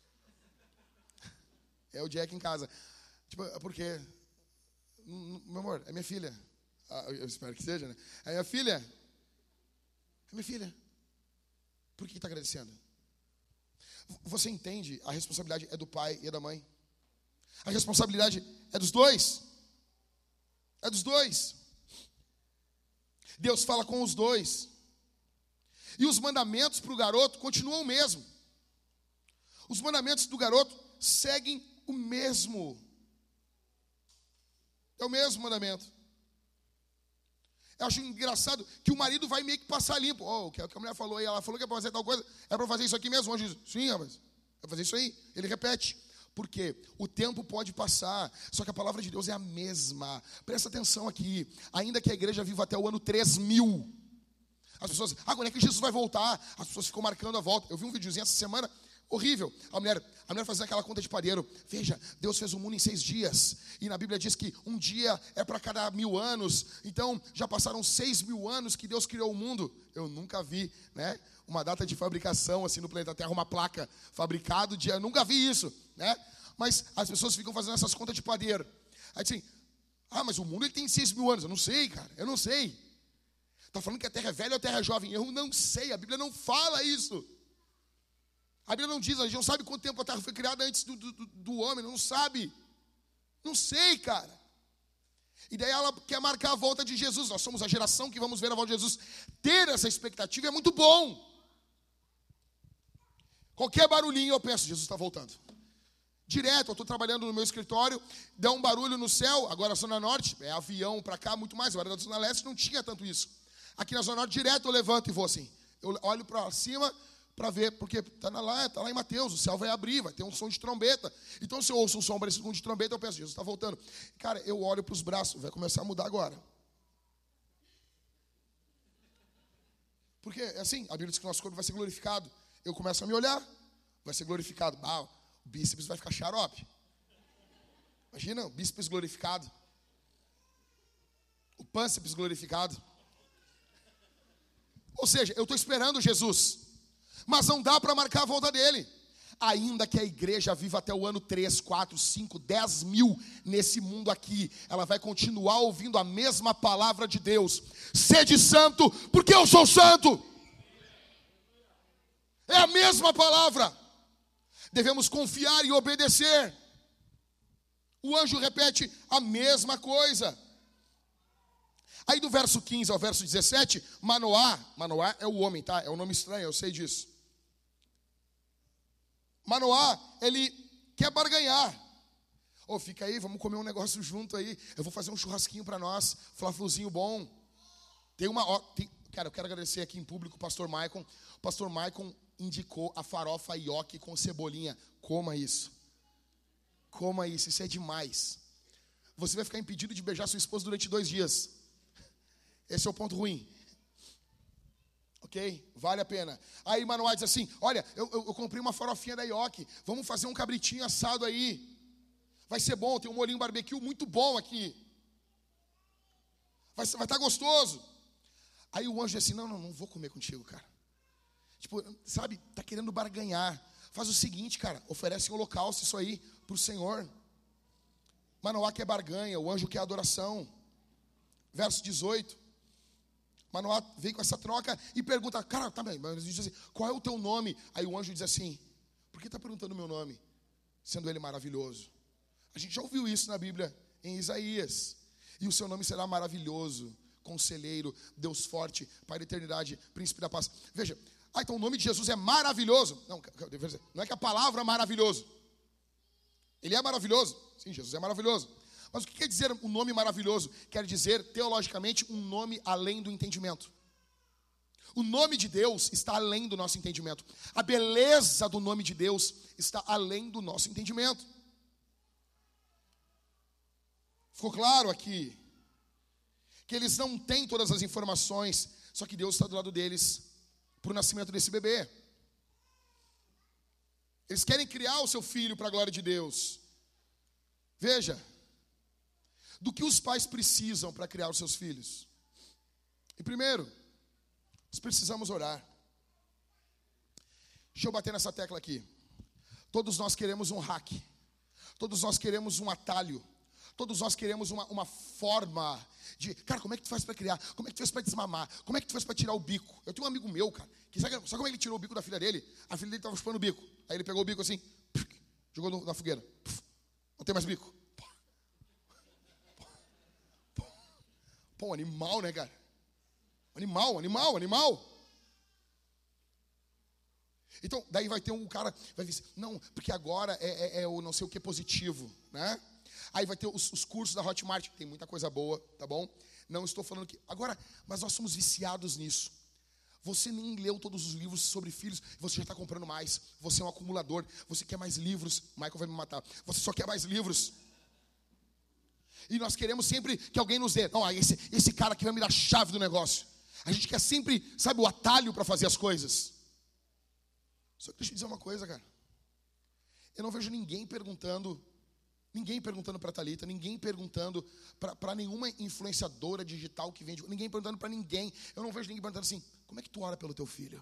Speaker 1: É o Jack em casa. Tipo, por quê? Meu amor, é minha filha. Eu espero que seja, né? É minha filha. É minha filha. Por que está agradecendo? Você entende? A responsabilidade é do pai e é da mãe. A responsabilidade é dos dois. É dos dois. Deus fala com os dois. E os mandamentos para o garoto continuam o mesmo. Os mandamentos do garoto seguem o mesmo. É o mesmo mandamento. Eu acho engraçado que o marido vai meio que passar limpo. O que a mulher falou aí, ela falou que é para fazer tal coisa, é para fazer isso aqui mesmo. O anjo diz, sim, rapaz, é para fazer isso aí. Ele repete. Por quê? O tempo pode passar, só que a palavra de Deus é a mesma. Presta atenção aqui. Ainda que a igreja viva até o ano 3000, as pessoas, quando é que Jesus vai voltar? As pessoas ficam marcando a volta. Eu vi um videozinho essa semana, horrível. A mulher fazendo aquela conta de padeiro. Veja, Deus fez o mundo em 6 dias. E na Bíblia diz que um dia é para cada 1000 anos. Então, já passaram 6.000 anos que Deus criou o mundo. Eu nunca vi, né, uma data de fabricação assim no planeta Terra, uma placa fabricado de... Eu nunca vi isso, né? Mas as pessoas ficam fazendo essas contas de padeiro. Aí assim, mas o mundo ele tem 6.000 anos. Eu não sei, cara, eu não sei. Está falando que a terra é velha ou a terra é jovem? Eu não sei, a Bíblia não fala isso. A Bíblia não diz, a gente não sabe quanto tempo a terra foi criada antes do homem, não sabe. Não sei, cara. E daí ela quer marcar a volta de Jesus. Nós somos a geração que vamos ver a volta de Jesus. Ter essa expectativa é muito bom. Qualquer barulhinho eu penso, Jesus está voltando. Direto, eu estou trabalhando no meu escritório, dá um barulho no céu, agora na Zona Norte, é avião para cá, muito mais. Agora na Zona Leste não tinha tanto isso. Aqui na Zona Norte, direto eu levanto e vou assim. Eu olho para cima para ver, porque está lá em Mateus, o céu vai abrir, vai ter um som de trombeta. Então se eu ouço um som parecido com um de trombeta, eu penso, Jesus está voltando. Cara, eu olho para os braços, vai começar a mudar agora. Porque, assim, a Bíblia diz que o nosso corpo vai ser glorificado. Eu começo a me olhar, vai ser glorificado. O bíceps vai ficar xarope. Imagina, o bíceps glorificado. O pânceps glorificado. Ou seja, eu estou esperando Jesus. Mas não dá para marcar a volta dele. Ainda que a igreja viva até o ano 3, 4, 5, 10 mil nesse mundo aqui, ela vai continuar ouvindo a mesma palavra de Deus. Sede santo, porque eu sou santo. É a mesma palavra. Devemos confiar e obedecer. O anjo repete a mesma coisa. Aí do verso 15 ao verso 17, Manoá é o homem, tá? É um nome estranho, eu sei disso. Manoá, ele quer barganhar. Fica aí, vamos comer um negócio junto aí. Eu vou fazer um churrasquinho para nós, fla-fluzinho bom. Cara, eu quero agradecer aqui em público o pastor Maicon. O pastor Maicon indicou a farofa ioki com cebolinha. Coma isso, isso é demais. Você vai ficar impedido de beijar sua esposa durante 2 dias. Esse é o ponto ruim. Ok? Vale a pena. Aí Manoá diz assim, olha, eu comprei uma farofinha da ioki, vamos fazer um cabritinho assado aí. Vai ser bom, tem um molhinho barbecue muito bom aqui. Vai estar gostoso. Aí o anjo diz assim, não vou comer contigo, cara. Tipo, sabe, tá querendo barganhar. Faz o seguinte, cara, oferece um holocausto isso aí pro Senhor. Manoá quer barganha, o anjo quer adoração. Verso 18. Manoá vem com essa troca e pergunta, cara, tá bem, mas diz assim, qual é o teu nome? Aí o anjo diz assim, por que está perguntando o meu nome? Sendo ele maravilhoso. A gente já ouviu isso na Bíblia, em Isaías. E o seu nome será maravilhoso, conselheiro, Deus forte, Pai da eternidade, príncipe da paz. Veja, então o nome de Jesus é maravilhoso. Não é que a palavra é maravilhoso. Ele é maravilhoso. Sim, Jesus é maravilhoso. Mas o que quer dizer um nome maravilhoso? Quer dizer, teologicamente, um nome além do entendimento. O nome de Deus está além do nosso entendimento. A beleza do nome de Deus está além do nosso entendimento. Ficou claro aqui que eles não têm todas as informações, só que Deus está do lado deles para o nascimento desse bebê. Eles querem criar o seu filho para a glória de Deus. Veja, do que os pais precisam para criar os seus filhos? E primeiro, nós precisamos orar. Deixa eu bater nessa tecla aqui. Todos nós queremos um hack. Todos nós queremos um atalho. Todos nós queremos uma forma de... Cara, como é que tu faz para criar? Como é que tu faz para desmamar? Como é que tu faz para tirar o bico? Eu tenho um amigo meu, cara, que sabe como é que ele tirou o bico da filha dele? A filha dele estava chupando o bico. Aí ele pegou o bico assim, jogou na fogueira. Não tem mais bico. Pô, animal, né, cara? Animal. Então, daí vai ter um cara, vai dizer, não, porque agora é o não sei o que positivo, né? Aí vai ter os cursos da Hotmart, tem muita coisa boa, tá bom? Não estou falando que... Agora, mas nós somos viciados nisso. Você nem leu todos os livros sobre filhos, você já está comprando mais. Você é um acumulador, você quer mais livros. Michael vai me matar. Você só quer mais livros. E nós queremos sempre que alguém nos dê. Não, esse cara aqui vai me dar a chave do negócio. A gente quer sempre, sabe, o atalho para fazer as coisas. Só que deixa eu dizer uma coisa, cara. Eu não vejo ninguém perguntando para a Thalita, ninguém perguntando para nenhuma influenciadora digital que vende, ninguém perguntando para ninguém. Eu não vejo ninguém perguntando assim, como é que tu ora pelo teu filho?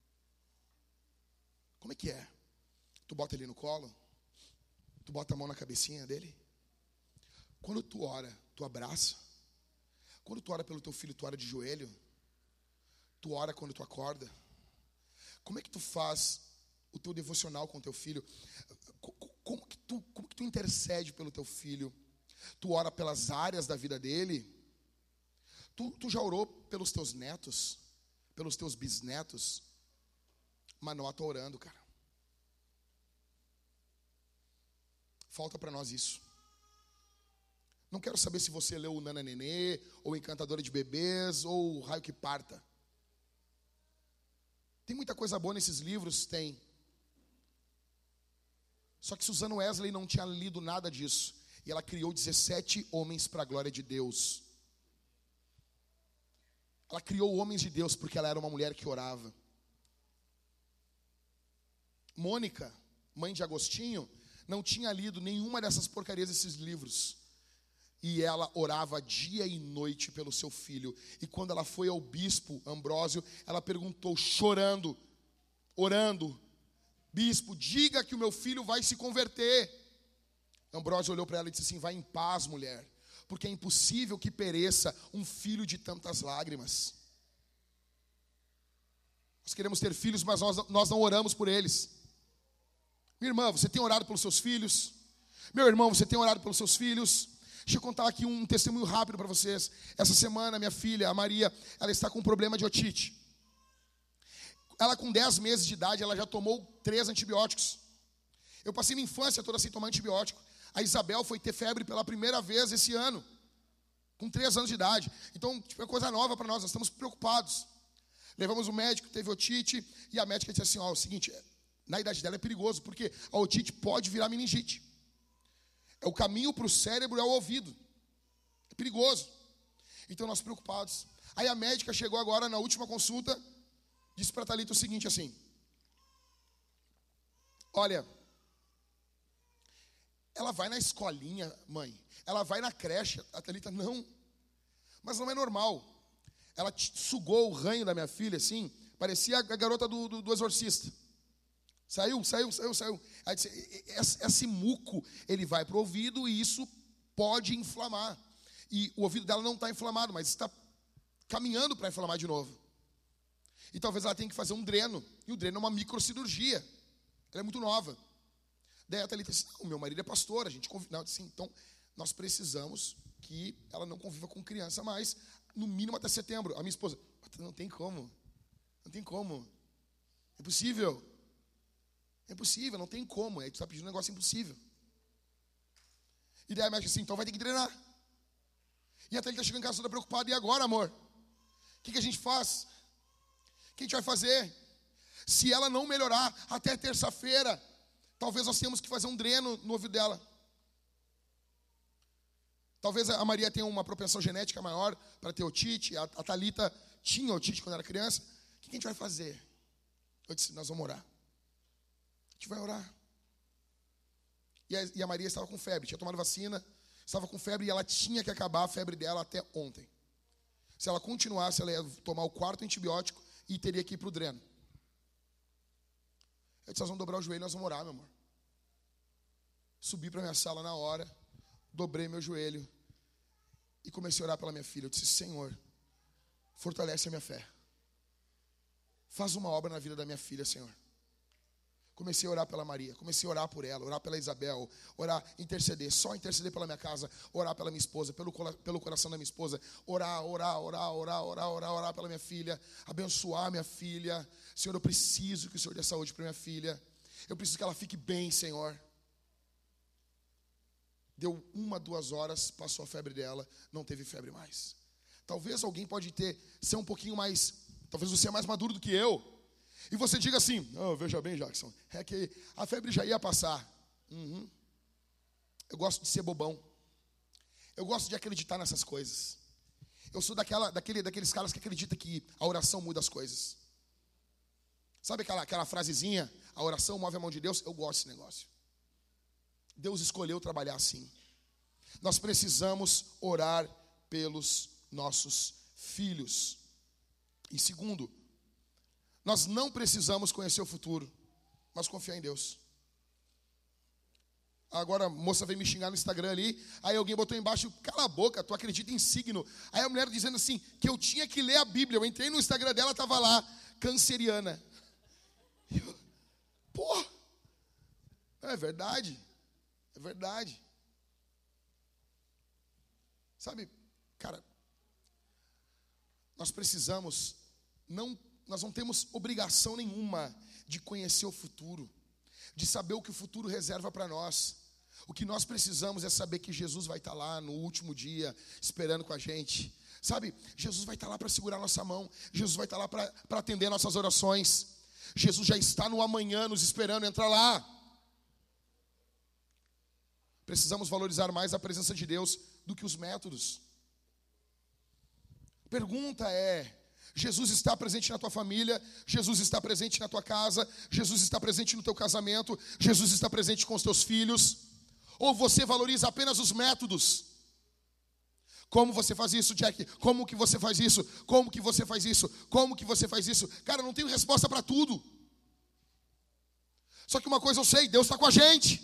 Speaker 1: Como é que é? Tu bota ele no colo? Tu bota a mão na cabecinha dele? Quando tu ora, tu abraça? Quando tu ora pelo teu filho, tu ora de joelho? Tu ora quando tu acorda? Como é que tu faz o teu devocional com o teu filho? Como que tu intercede pelo teu filho? Tu ora pelas áreas da vida dele? Tu já orou pelos teus netos? Pelos teus bisnetos? Manoá, tô orando, cara. Falta para nós isso. Não quero saber se você leu o Nana Nenê, ou Encantadora de Bebês, ou o Raio que Parta. Tem muita coisa boa nesses livros? Tem. Só que Susan Wesley não tinha lido nada disso. E ela criou 17 homens para a glória de Deus. Ela criou homens de Deus porque ela era uma mulher que orava. Mônica, mãe de Agostinho, não tinha lido nenhuma dessas porcarias desses livros. E ela orava dia e noite pelo seu filho. E quando ela foi ao bispo Ambrósio, ela perguntou, chorando, orando, bispo, diga que o meu filho vai se converter. Ambrósio olhou para ela e disse assim, vai em paz, mulher, porque é impossível que pereça um filho de tantas lágrimas. Nós queremos ter filhos, mas nós não oramos por eles. Minha irmã, você tem orado pelos seus filhos? Meu irmão, você tem orado pelos seus filhos? Deixa eu contar aqui um testemunho rápido para vocês. Essa semana, minha filha, a Maria, ela está com um problema de otite. Ela com 10 meses de idade, ela já tomou 3 antibióticos. Eu passei minha infância toda sem tomar antibiótico. A Isabel foi ter febre pela primeira vez esse ano, com 3 anos de idade. Então, é coisa nova para nós estamos preocupados. Levamos o médico, teve otite, e a médica disse assim, ó, é o seguinte, na idade dela é perigoso, porque a otite pode virar meningite. O caminho para o cérebro é o ouvido. É perigoso. Então nós preocupados. Aí a médica chegou agora na última consulta, disse para a Thalita o seguinte assim, olha, ela vai na escolinha, mãe, ela vai na creche. A Thalita, não, mas não é normal. Ela sugou o ranho da minha filha assim, parecia a garota do exorcista. Saiu. Aí disse, esse muco, ele vai para o ouvido e isso pode inflamar. E o ouvido dela não está inflamado, mas está caminhando para inflamar de novo. E talvez ela tenha que fazer um dreno. E o dreno é uma microcirurgia. Ela é muito nova. Daí a Thalita disse, não, meu marido é pastor, a gente convive. Não, assim, então nós precisamos que ela não conviva com criança mais, no mínimo até setembro. A minha esposa, não tem como. É impossível. É impossível, não tem como. Aí tu está pedindo um negócio impossível. E daí a médica assim, então vai ter que drenar. E a Thalita chegou em casa toda preocupada. E agora, amor? O que a gente faz? O que a gente vai fazer? Se ela não melhorar até terça-feira, talvez nós tenhamos que fazer um dreno no ouvido dela. Talvez a Maria tenha uma propensão genética maior para ter otite. A Thalita tinha otite quando era criança. O que a gente vai fazer? Eu disse, nós vamos orar. A gente vai orar. E a Maria estava com febre, tinha tomado vacina, estava com febre e ela tinha que acabar a febre dela até ontem. Se ela continuasse, ela ia tomar o 4º antibiótico e teria que ir para o dreno. Eu disse, nós vamos dobrar o joelho e nós vamos orar, meu amor. Subi para a minha sala na hora, dobrei meu joelho e comecei a orar pela minha filha. Eu disse, Senhor, fortalece a minha fé. Faz uma obra na vida da minha filha, Senhor. Comecei a orar pela Maria, comecei a orar por ela, orar pela Isabel, orar, interceder, só interceder pela minha casa, orar pela minha esposa, pelo coração da minha esposa, orar pela minha filha, abençoar minha filha. Senhor, eu preciso que o Senhor dê saúde para minha filha, eu preciso que ela fique bem, Senhor. Deu 1, 2 horas, passou a febre dela, não teve febre mais. Talvez alguém pode ser um pouquinho mais, talvez você é mais maduro do que eu. E você diga assim, veja bem, Jackson, é que a febre já ia passar. Eu gosto de ser bobão. Eu gosto de acreditar nessas coisas. Eu sou daqueles caras que acreditam que a oração muda as coisas. Sabe aquela frasezinha, a oração move a mão de Deus? Eu gosto desse negócio. Deus escolheu trabalhar assim. Nós precisamos orar pelos nossos filhos. E segundo, nós não precisamos conhecer o futuro, mas confiar em Deus. Agora a moça veio me xingar no Instagram ali, aí alguém botou embaixo, cala a boca, tu acredita em signo. Aí a mulher dizendo assim, que eu tinha que ler a Bíblia. Eu entrei no Instagram dela, estava lá, canceriana. Pô, é verdade, é verdade. Sabe, cara, nós não temos obrigação nenhuma de conhecer o futuro, de saber o que o futuro reserva para nós. O que nós precisamos é saber que Jesus vai estar lá no último dia, esperando com a gente. Sabe, Jesus vai estar lá para segurar nossa mão, Jesus vai estar lá para atender nossas orações. Jesus já está no amanhã nos esperando, entra lá. Precisamos valorizar mais a presença de Deus do que os métodos. Pergunta é, Jesus está presente na tua família, Jesus está presente na tua casa, Jesus está presente no teu casamento, Jesus está presente com os teus filhos, ou você valoriza apenas os métodos? Como você faz isso, Jack? Como que você faz isso? Como que você faz isso? Como que você faz isso? Cara, eu não tenho resposta para tudo. Só que uma coisa eu sei, Deus está com a gente.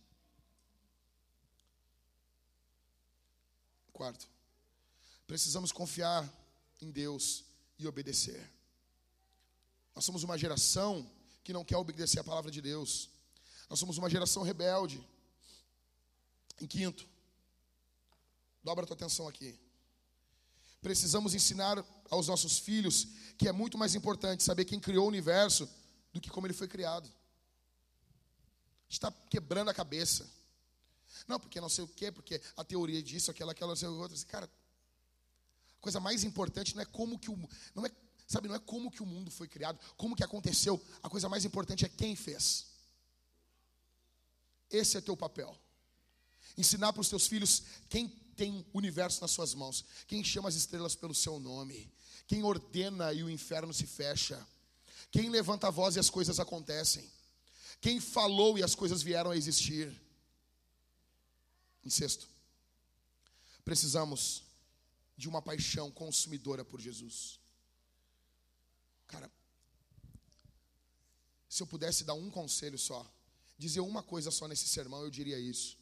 Speaker 1: Quarto, precisamos confiar em Deus e obedecer. Nós somos uma geração que não quer obedecer a palavra de Deus. Nós somos uma geração rebelde. Em quinto, dobra a tua atenção aqui. Precisamos ensinar aos nossos filhos que é muito mais importante saber quem criou o universo do que como ele foi criado. A gente está quebrando a cabeça. Não, porque não sei o quê, porque a teoria disso, aquela, não sei o outro. Cara, a coisa mais importante não é como que não é como que o mundo foi criado, como que aconteceu. A coisa mais importante é quem fez. Esse é teu papel. Ensinar para os teus filhos quem tem o universo nas suas mãos, quem chama as estrelas pelo seu nome, quem ordena e o inferno se fecha, quem levanta a voz e as coisas acontecem, quem falou e as coisas vieram a existir. Em sexto, precisamos de uma paixão consumidora por Jesus. Cara, se eu pudesse dar um conselho só, dizer uma coisa só nesse sermão, eu diria isso.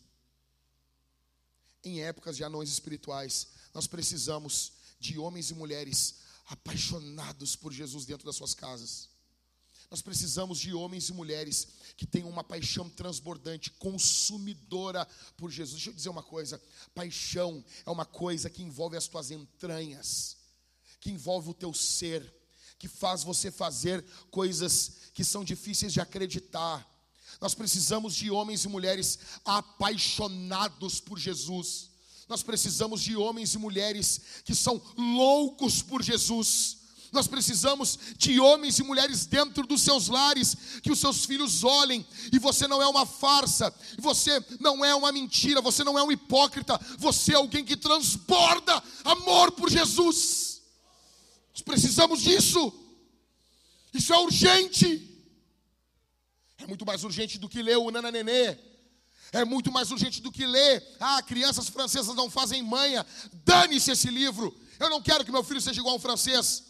Speaker 1: Em épocas de anões espirituais, nós precisamos de homens e mulheres apaixonados por Jesus dentro das suas casas. Nós precisamos de homens e mulheres que tenham uma paixão transbordante, consumidora por Jesus. Deixa eu dizer uma coisa, paixão é uma coisa que envolve as tuas entranhas, que envolve o teu ser, que faz você fazer coisas que são difíceis de acreditar. Nós precisamos de homens e mulheres apaixonados por Jesus. Nós precisamos de homens e mulheres que são loucos por Jesus. Nós precisamos de homens e mulheres dentro dos seus lares, que os seus filhos olhem, e você não é uma farsa, você não é uma mentira, você não é um hipócrita, você é alguém que transborda amor por Jesus. Nós precisamos disso. Isso é urgente. É muito mais urgente do que ler o Nananenê. É muito mais urgente do que ler, crianças francesas não fazem manha. Dane-se esse livro. Eu não quero que meu filho seja igual a um francês.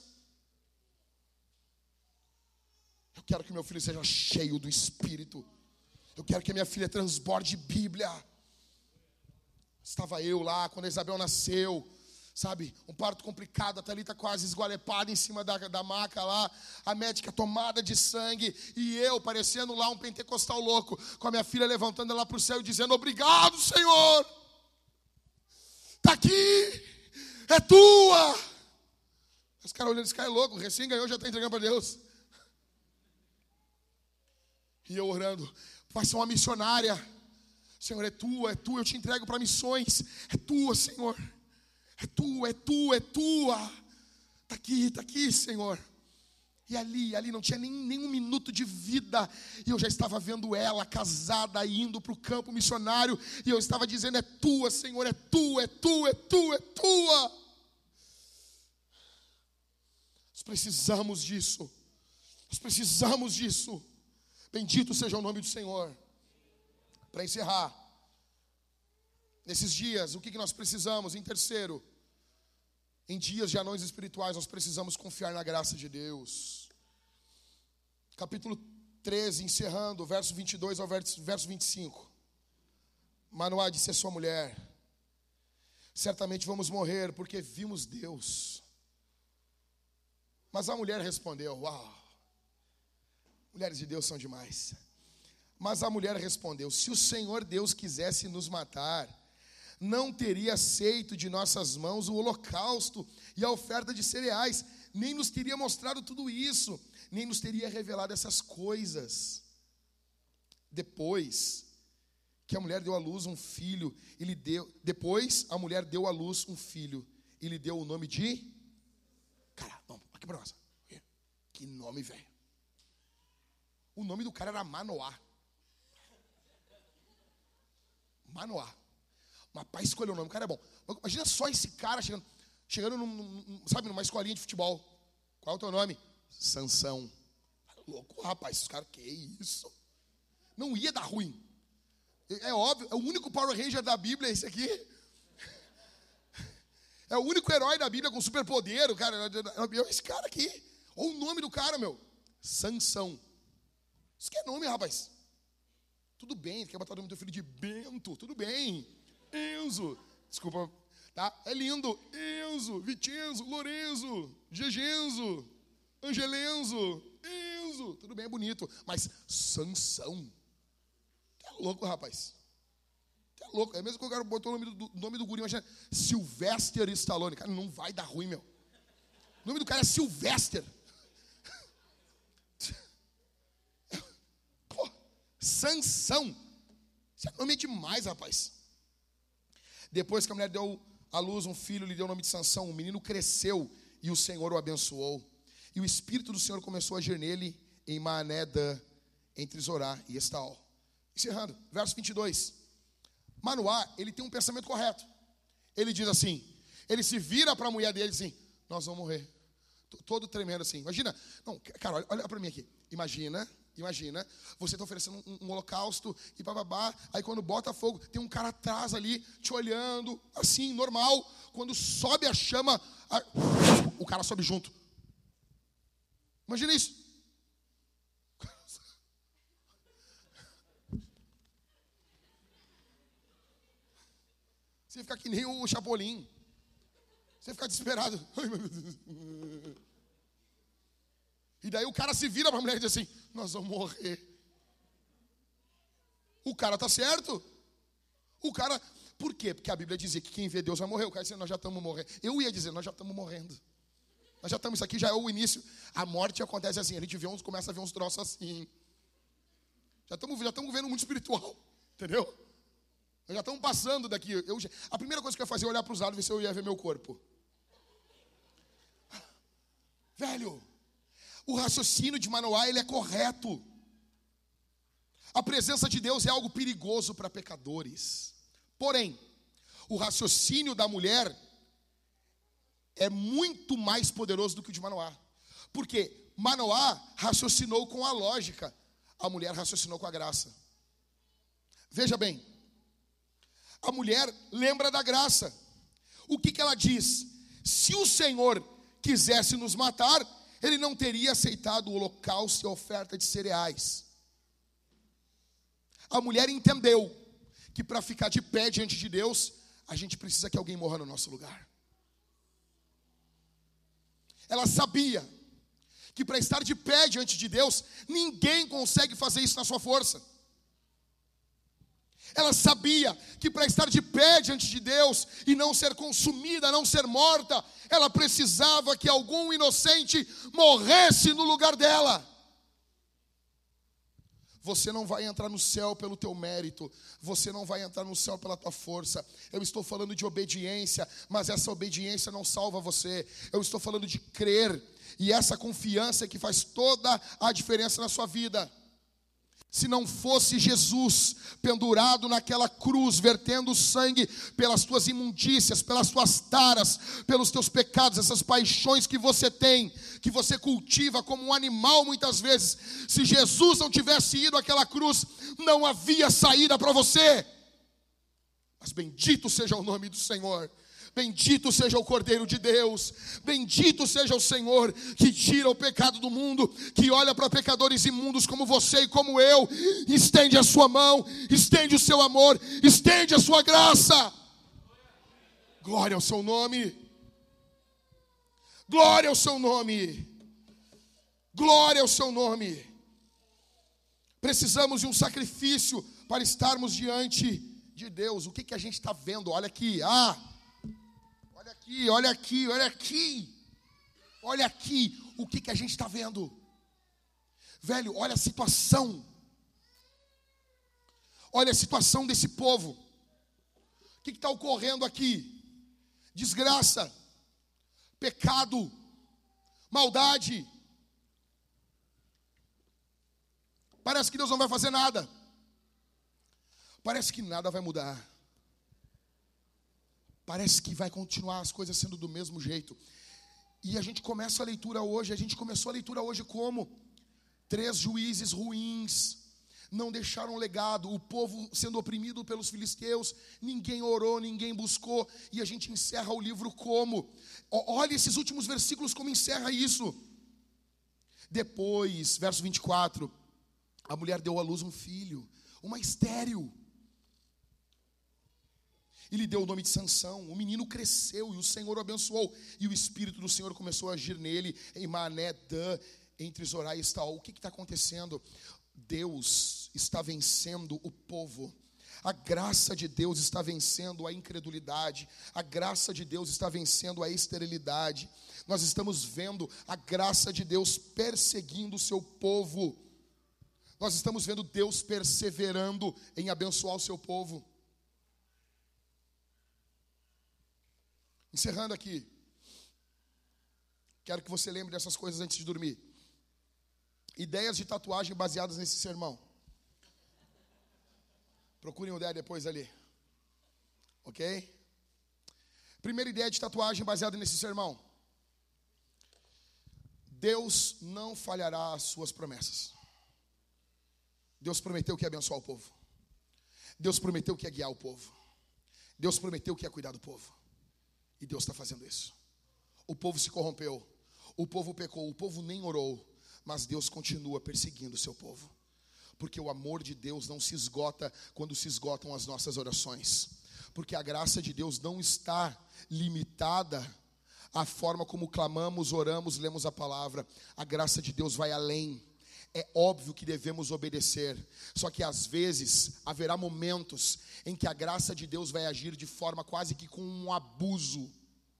Speaker 1: Eu quero que meu filho seja cheio do Espírito. Eu quero que a minha filha transborde Bíblia. Estava eu lá quando a Isabel nasceu, sabe, um parto complicado, a Thalita quase esgualepada em cima da maca lá, a médica tomada de sangue, e eu parecendo lá um pentecostal louco, com a minha filha levantando ela para o céu e dizendo: obrigado, Senhor, está aqui, é tua. Os caras olhando, esse cara é louco, recém ganhou, já está entregando para Deus. E eu orando, vai ser uma missionária, Senhor, é tua, eu te entrego para missões. É tua, Senhor. É tua. Está aqui, Senhor. E ali não tinha nem um minuto de vida. E eu já estava vendo ela casada, indo para o campo missionário. E eu estava dizendo, é tua, Senhor, é tua. Nós precisamos disso. Bendito seja o nome do Senhor. Para encerrar, nesses dias, o que nós precisamos? Em terceiro, em dias de anões espirituais, nós precisamos confiar na graça de Deus. Capítulo 13, encerrando, verso 22 ao verso 25. Manoá disse a sua mulher: certamente vamos morrer, porque vimos Deus. Mas a mulher respondeu: uau, mulheres de Deus são demais. Mas a mulher respondeu: se o Senhor Deus quisesse nos matar, não teria aceito de nossas mãos o holocausto e a oferta de cereais, nem nos teria mostrado tudo isso, nem nos teria revelado essas coisas. Depois que a mulher deu à luz um filho, depois a mulher deu à luz um filho, e lhe deu o nome de... Cara, vamos, aqui para nós. Que nome, velho. O nome do cara era Manoá. Mas pai escolheu o nome, o cara é bom. Imagina só esse cara chegando numa escolinha de futebol. Qual é o teu nome? Sansão. Louco, rapaz, os caras, que isso? Não ia dar ruim. É óbvio, é o único Power Ranger da Bíblia esse aqui. É o único herói da Bíblia com superpoder, cara. Esse cara aqui. Olha o nome do cara, meu. Sansão. Isso que é nome, rapaz. Tudo bem, quer botar o nome do teu filho de Bento, tudo bem. Enzo, desculpa, tá? É lindo. Enzo, Vicenzo, Lorenzo, Gegenzo, Angelenzo, Enzo, tudo bem, é bonito. Mas Sansão, é louco, rapaz. É louco, é mesmo que o cara botou o nome do guri, imagina, Sylvester Stallone. Cara, não vai dar ruim, meu. O nome do cara é Sylvester. Sansão. Esse nome é demais, rapaz. Depois que a mulher deu à luz um filho, lhe deu o nome de Sansão. O menino cresceu e o Senhor o abençoou. E o Espírito do Senhor começou a agir nele em Maanedã, entre Zorá e Estaol. Encerrando, verso 22. Manoá, ele tem um pensamento correto. Ele diz assim, ele se vira para a mulher dele e diz assim: nós vamos morrer. Todo tremendo assim. Imagina, não, cara, olha para mim aqui. Imagina, você está oferecendo um holocausto e bababá, aí quando bota fogo, tem um cara atrás ali, te olhando, assim, normal. Quando sobe a chama, o cara sobe junto. Imagina isso. Você fica que nem o Chapolin. Você fica desesperado. E daí o cara se vira para a mulher e diz assim: nós vamos morrer. O cara está certo. Por quê? Porque a Bíblia dizia que quem vê Deus vai morrer. O cara dizia: nós já estamos morrendo. Eu ia dizer: nós já estamos morrendo. Nós já estamos, isso aqui já é o início. A morte acontece assim, a gente começa a ver uns troços assim. Já estamos vendo muito espiritual. Entendeu? Nós já estamos passando daqui. A primeira coisa que eu ia fazer é olhar para os lados e ver se eu ia ver meu corpo. Velho, o raciocínio de Manoá, ele é correto. A presença de Deus é algo perigoso para pecadores. Porém, o raciocínio da mulher é muito mais poderoso do que o de Manoá. Porque Manoá raciocinou com a lógica, a mulher raciocinou com a graça. Veja bem, a mulher lembra da graça. O que ela diz? Se o Senhor quisesse nos matar, ele não teria aceitado o holocausto e a oferta de cereais. A mulher entendeu que para ficar de pé diante de Deus, a gente precisa que alguém morra no nosso lugar. Ela sabia que para estar de pé diante de Deus, ninguém consegue fazer isso na sua força. Ela sabia que para estar de pé diante de Deus e não ser consumida, não ser morta, ela precisava que algum inocente morresse no lugar dela. Você não vai entrar no céu pelo teu mérito. Você não vai entrar no céu pela tua força. Eu estou falando de obediência, mas essa obediência não salva você. Eu estou falando de crer. E essa confiança é que faz toda a diferença na sua vida. Se não fosse Jesus pendurado naquela cruz, vertendo sangue pelas tuas imundícias, pelas tuas taras, pelos teus pecados, essas paixões que você tem, que você cultiva como um animal muitas vezes, se Jesus não tivesse ido àquela cruz, não havia saída para você. Mas bendito seja o nome do Senhor. Bendito seja o Cordeiro de Deus, bendito seja o Senhor que tira o pecado do mundo, que olha para pecadores imundos como você e como eu, estende a sua mão, estende o seu amor, estende a sua graça. Glória ao seu nome, glória ao seu nome, glória ao seu nome. Precisamos de um sacrifício para estarmos diante de Deus. O que a gente está vendo? Olha aqui, olha aqui, olha aqui. Olha aqui o que a gente está vendo. Velho, olha a situação. Olha a situação desse povo. O que está ocorrendo aqui? Desgraça, pecado, maldade. Parece que Deus não vai fazer nada. Parece que nada vai mudar. Parece que vai continuar as coisas sendo do mesmo jeito. E a gente começa a leitura hoje, como 3 juízes ruins, não deixaram legado, o povo sendo oprimido pelos filisteus, ninguém orou, ninguém buscou, e a gente encerra o livro como? Olha esses últimos versículos como encerra isso. Depois, verso 24, a mulher deu à luz um filho, uma estéril, e lhe deu o nome de Sansão. O menino cresceu e o Senhor o abençoou. E o Espírito do Senhor começou a agir nele em Mané, Dan, entre Zorá e Estaol. O que está acontecendo? Deus está vencendo o povo. A graça de Deus está vencendo a incredulidade. A graça de Deus está vencendo a esterilidade. Nós estamos vendo a graça de Deus perseguindo o seu povo. Nós estamos vendo Deus perseverando em abençoar o seu povo. Encerrando aqui, quero que você lembre dessas coisas antes de dormir. Ideias de tatuagem baseadas nesse sermão. Procurem o ideia depois ali. Ok? Primeira ideia de tatuagem baseada nesse sermão. Deus não falhará as suas promessas. Deus prometeu que ia abençoar o povo. Deus prometeu que ia guiar o povo. Deus prometeu que ia cuidar do povo. E Deus está fazendo isso. O povo se corrompeu, o povo pecou, o povo nem orou, mas Deus continua perseguindo o seu povo. Porque o amor de Deus não se esgota quando se esgotam as nossas orações. Porque a graça de Deus não está limitada à forma como clamamos, oramos, lemos a palavra. A graça de Deus vai além. É óbvio que devemos obedecer, só que às vezes haverá momentos em que a graça de Deus vai agir de forma quase que com um abuso.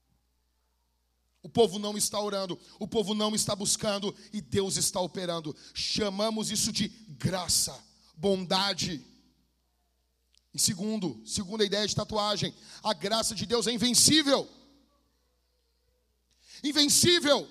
Speaker 1: O povo não está orando, o povo não está buscando e Deus está operando. Chamamos isso de graça, bondade. E segunda ideia de tatuagem, a graça de Deus é invencível. Invencível.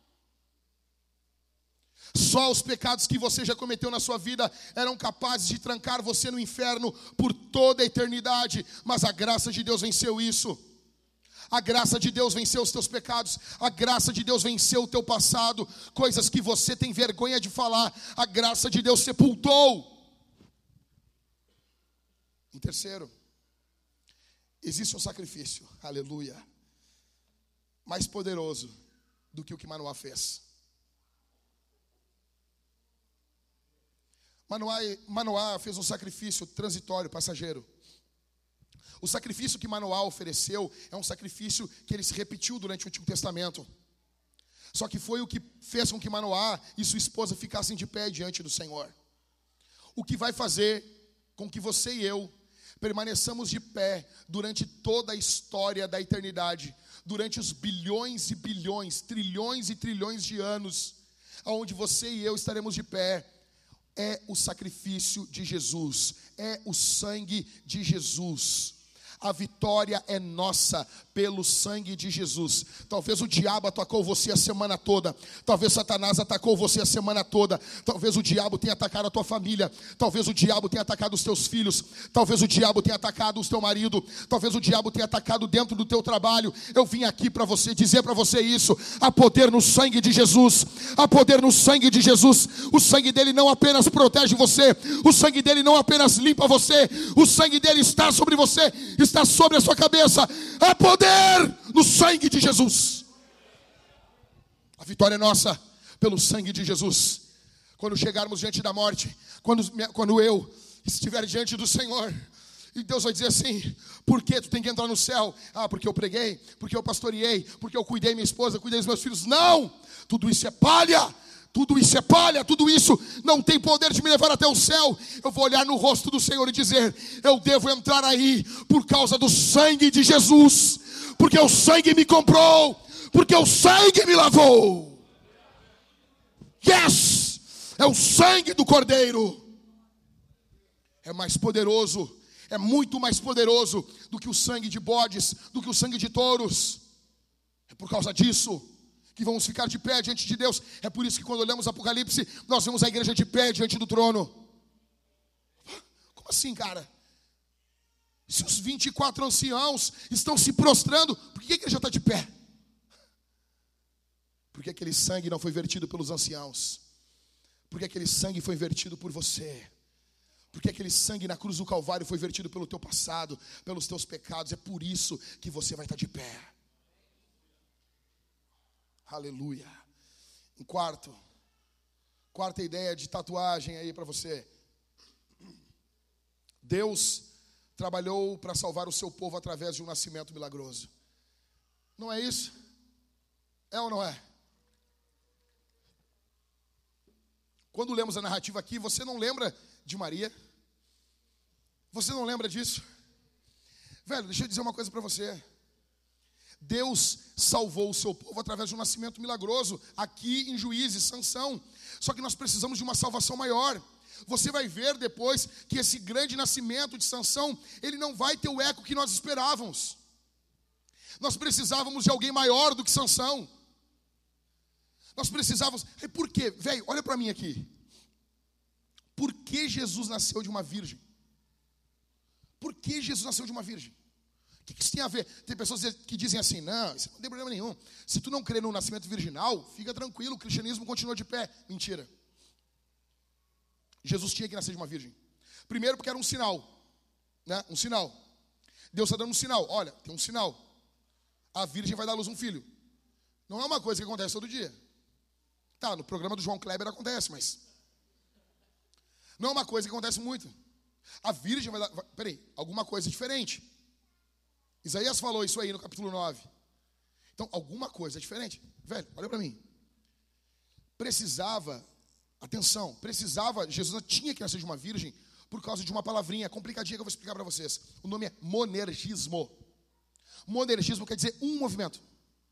Speaker 1: Só os pecados que você já cometeu na sua vida eram capazes de trancar você no inferno por toda a eternidade. Mas a graça de Deus venceu isso. A graça de Deus venceu os teus pecados. A graça de Deus venceu o teu passado. Coisas que você tem vergonha de falar. A graça de Deus sepultou. Em terceiro, existe um sacrifício, aleluia, mais poderoso do que o que Manoá fez. Manoá fez um sacrifício transitório, passageiro. O sacrifício que Manoá ofereceu é um sacrifício que ele se repetiu durante o Antigo Testamento. Só que foi o que fez com que Manoá e sua esposa ficassem de pé diante do Senhor. O que vai fazer com que você e eu permaneçamos de pé durante toda a história da eternidade, durante os bilhões e bilhões, trilhões e trilhões de anos, onde você e eu estaremos de pé. É o sacrifício de Jesus, é o sangue de Jesus. A vitória é nossa pelo sangue de Jesus. Talvez o diabo atacou você a semana toda. Talvez Satanás atacou você a semana toda. Talvez o diabo tenha atacado a tua família. Talvez o diabo tenha atacado os teus filhos. Talvez o diabo tenha atacado o teu marido. Talvez o diabo tenha atacado dentro do teu trabalho. Eu vim aqui para você dizer para você isso. Há poder no sangue de Jesus. Há poder no sangue de Jesus. O sangue dele não apenas protege você. O sangue dele não apenas limpa você. O sangue dele está sobre você. Está sobre a sua cabeça. Há poder no sangue de Jesus. A vitória é nossa pelo sangue de Jesus. Quando chegarmos diante da morte, quando eu estiver diante do Senhor, e Deus vai dizer assim: por que tu tem que entrar no céu? Ah, porque eu preguei, porque eu pastoreei, porque eu cuidei minha esposa, cuidei dos meus filhos. Não, tudo isso é palha. Tudo isso é palha, tudo isso não tem poder de me levar até o céu. Eu vou olhar no rosto do Senhor e dizer: eu devo entrar aí por causa do sangue de Jesus, porque o sangue me comprou, porque o sangue me lavou. Yes! É o sangue do Cordeiro. É mais poderoso, é muito mais poderoso do que o sangue de bodes, do que o sangue de touros. É por causa disso que vamos ficar de pé diante de Deus. É por isso que quando olhamos Apocalipse, nós vemos a igreja de pé diante do trono. Como assim, cara? Se os 24 anciãos estão se prostrando, por que a igreja está de pé? Porque aquele sangue não foi vertido pelos anciãos. Porque aquele sangue foi vertido por você. Porque aquele sangue na cruz do Calvário foi vertido pelo teu passado, pelos teus pecados. É por isso que você vai estar de pé. Aleluia. Em quarta ideia de tatuagem aí para você. Deus trabalhou para salvar o seu povo através de um nascimento milagroso. Não é isso? É ou não é? Quando lemos a narrativa aqui, você não lembra de Maria? Você não lembra disso? Velho, deixa eu dizer uma coisa para você. Deus salvou o seu povo através de um nascimento milagroso, aqui em Juízes, Sansão. Só que nós precisamos de uma salvação maior. Você vai ver depois que esse grande nascimento de Sansão, ele não vai ter o eco que nós esperávamos. Nós precisávamos de alguém maior do que Sansão. Nós precisávamos... E por quê? Velho, olha para mim aqui. Por que Jesus nasceu de uma virgem? Por que Jesus nasceu de uma virgem? O que isso tem a ver? Tem pessoas que dizem assim: não, isso não tem problema nenhum. Se tu não crê no nascimento virginal, fica tranquilo, o cristianismo continua de pé. Mentira. Jesus tinha que nascer de uma virgem. Primeiro porque era um sinal, né? Um sinal. Deus está dando um sinal. Olha, tem um sinal. A virgem vai dar à luz um filho. Não é uma coisa que acontece todo dia. Tá, no programa do João Kleber acontece, mas não é uma coisa que acontece muito. A virgem vai dar... Peraí, alguma coisa diferente. Isaías falou isso aí no capítulo 9. Então, alguma coisa diferente. Velho, olha para mim. Jesus tinha que nascer de uma virgem por causa de uma palavrinha complicadinha que eu vou explicar para vocês. O nome é monergismo. Monergismo quer dizer um movimento.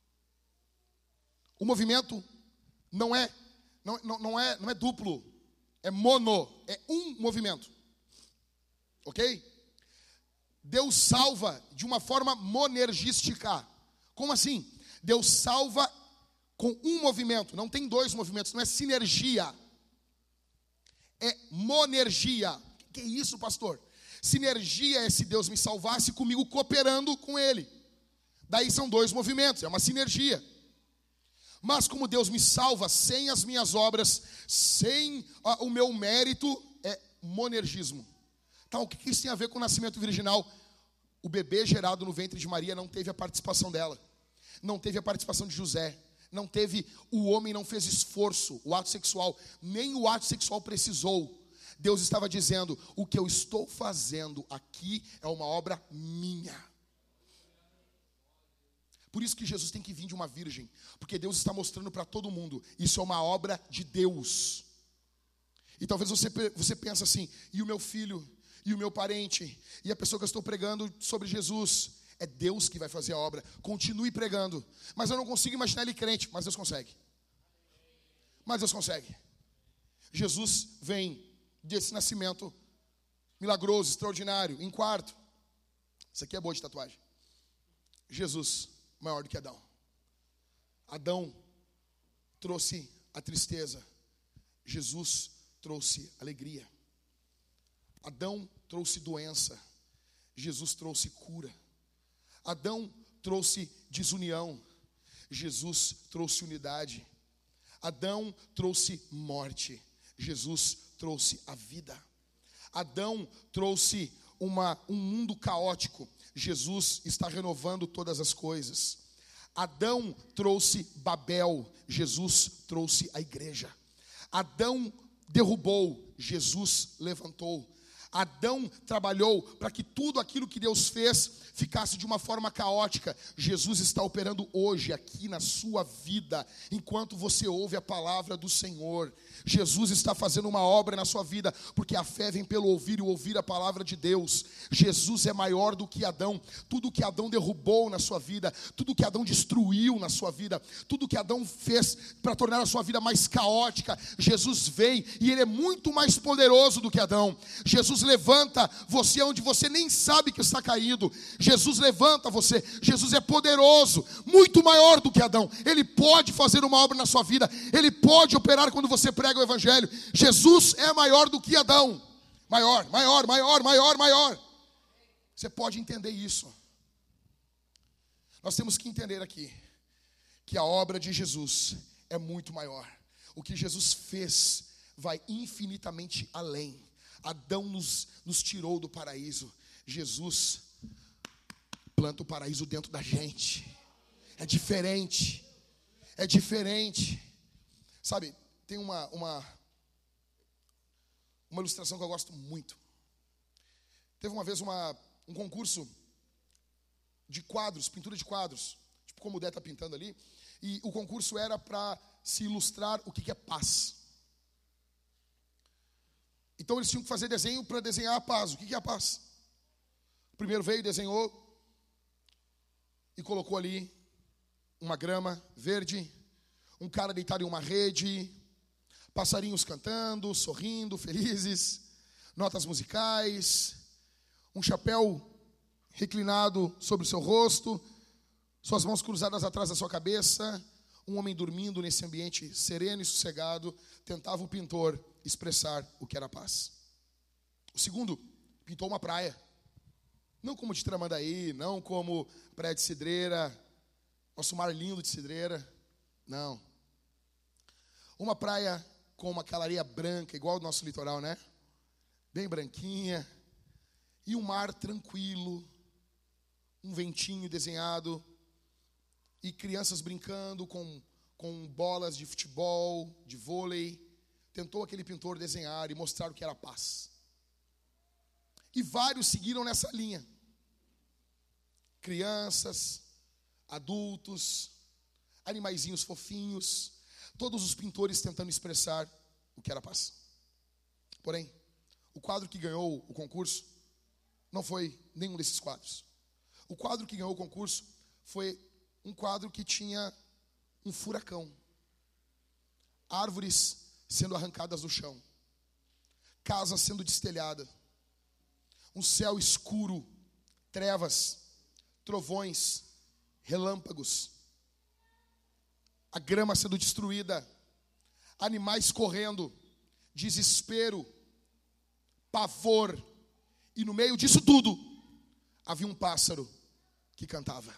Speaker 1: O movimento não é duplo, é mono, é um movimento. Ok? Deus salva de uma forma monergística. Como assim? Deus salva com um movimento. Não tem dois movimentos, não é sinergia. É monergia. O que é isso, pastor? Sinergia é se Deus me salvasse comigo cooperando com Ele. Daí são dois movimentos, é uma sinergia. Mas como Deus me salva sem as minhas obras, sem o meu mérito, é monergismo. Então, o que isso tem a ver com o nascimento virginal? O bebê gerado no ventre de Maria não teve a participação dela. Não teve a participação de José. Não teve, o homem não fez esforço, o ato sexual. Nem o ato sexual precisou. Deus estava dizendo: o que eu estou fazendo aqui é uma obra minha. Por isso que Jesus tem que vir de uma virgem. Porque Deus está mostrando para todo mundo: isso é uma obra de Deus. E talvez você pense assim: e o meu filho? E o meu parente, e a pessoa que eu estou pregando sobre Jesus? É Deus que vai fazer a obra. Continue pregando. Mas eu não consigo imaginar ele crente. Mas Deus consegue. Jesus vem desse nascimento milagroso, extraordinário. Em quarto, isso aqui é boa de tatuagem. Jesus, maior do que Adão. Adão trouxe a tristeza. Jesus trouxe alegria. Adão trouxe doença. Jesus trouxe cura. Adão trouxe desunião. Jesus trouxe unidade. Adão trouxe morte. Jesus trouxe a vida. Adão trouxe um mundo caótico. Jesus está renovando todas as coisas. Adão trouxe Babel. Jesus trouxe a igreja. Adão derrubou. Jesus levantou. Adão trabalhou para que tudo aquilo que Deus fez ficasse de uma forma caótica. Jesus está operando hoje aqui na sua vida, enquanto você ouve a palavra do Senhor. Jesus está fazendo uma obra na sua vida, porque a fé vem pelo ouvir e ouvir a palavra de Deus. Jesus é maior do que Adão. Tudo que Adão derrubou na sua vida, tudo que Adão destruiu na sua vida, tudo que Adão fez para tornar a sua vida mais caótica, Jesus veio e Ele é muito mais poderoso do que Adão. Jesus levanta você onde você nem sabe que está caído. Jesus levanta você. Jesus é poderoso, muito maior do que Adão. Ele pode fazer uma obra na sua vida. Ele pode operar quando você prega o evangelho. Jesus é maior do que Adão. Maior. Você pode entender isso. Nós temos que entender aqui que a obra de Jesus é muito maior. O que Jesus fez vai infinitamente além. Adão nos tirou do paraíso. Jesus planta o paraíso dentro da gente. É diferente. É diferente. Sabe, tem uma ilustração que eu gosto muito. Teve uma vez um concurso de quadros, pintura de quadros, tipo como o Dé está pintando ali. E o concurso era para se ilustrar o que é paz. Então eles tinham que fazer desenho para desenhar a paz. O que é a paz? O primeiro veio, desenhou e colocou ali uma grama verde, um cara deitado em uma rede, passarinhos cantando, sorrindo, felizes, notas musicais, um chapéu reclinado sobre o seu rosto, suas mãos cruzadas atrás da sua cabeça, um homem dormindo nesse ambiente sereno e sossegado. Tentava o pintor expressar o que era paz. O segundo pintou uma praia, não como de Tramandaí, não como Praia de Cidreira, nosso mar lindo de Cidreira, não. Uma praia com aquela areia branca, igual ao nosso litoral, né? Bem branquinha, e um mar tranquilo, um ventinho desenhado, e crianças brincando com bolas de futebol, de vôlei. Tentou aquele pintor desenhar e mostrar o que era paz. E vários seguiram nessa linha. Crianças, adultos, animaizinhos fofinhos, todos os pintores tentando expressar o que era paz. Porém, o quadro que ganhou o concurso não foi nenhum desses quadros. O quadro que ganhou o concurso foi um quadro que tinha um furacão. Árvores sendo arrancadas do chão. Casa sendo destelhada. Um céu escuro, trevas, trovões, relâmpagos. A grama sendo destruída. Animais correndo. Desespero. Pavor. E no meio disso tudo, havia um pássaro que cantava.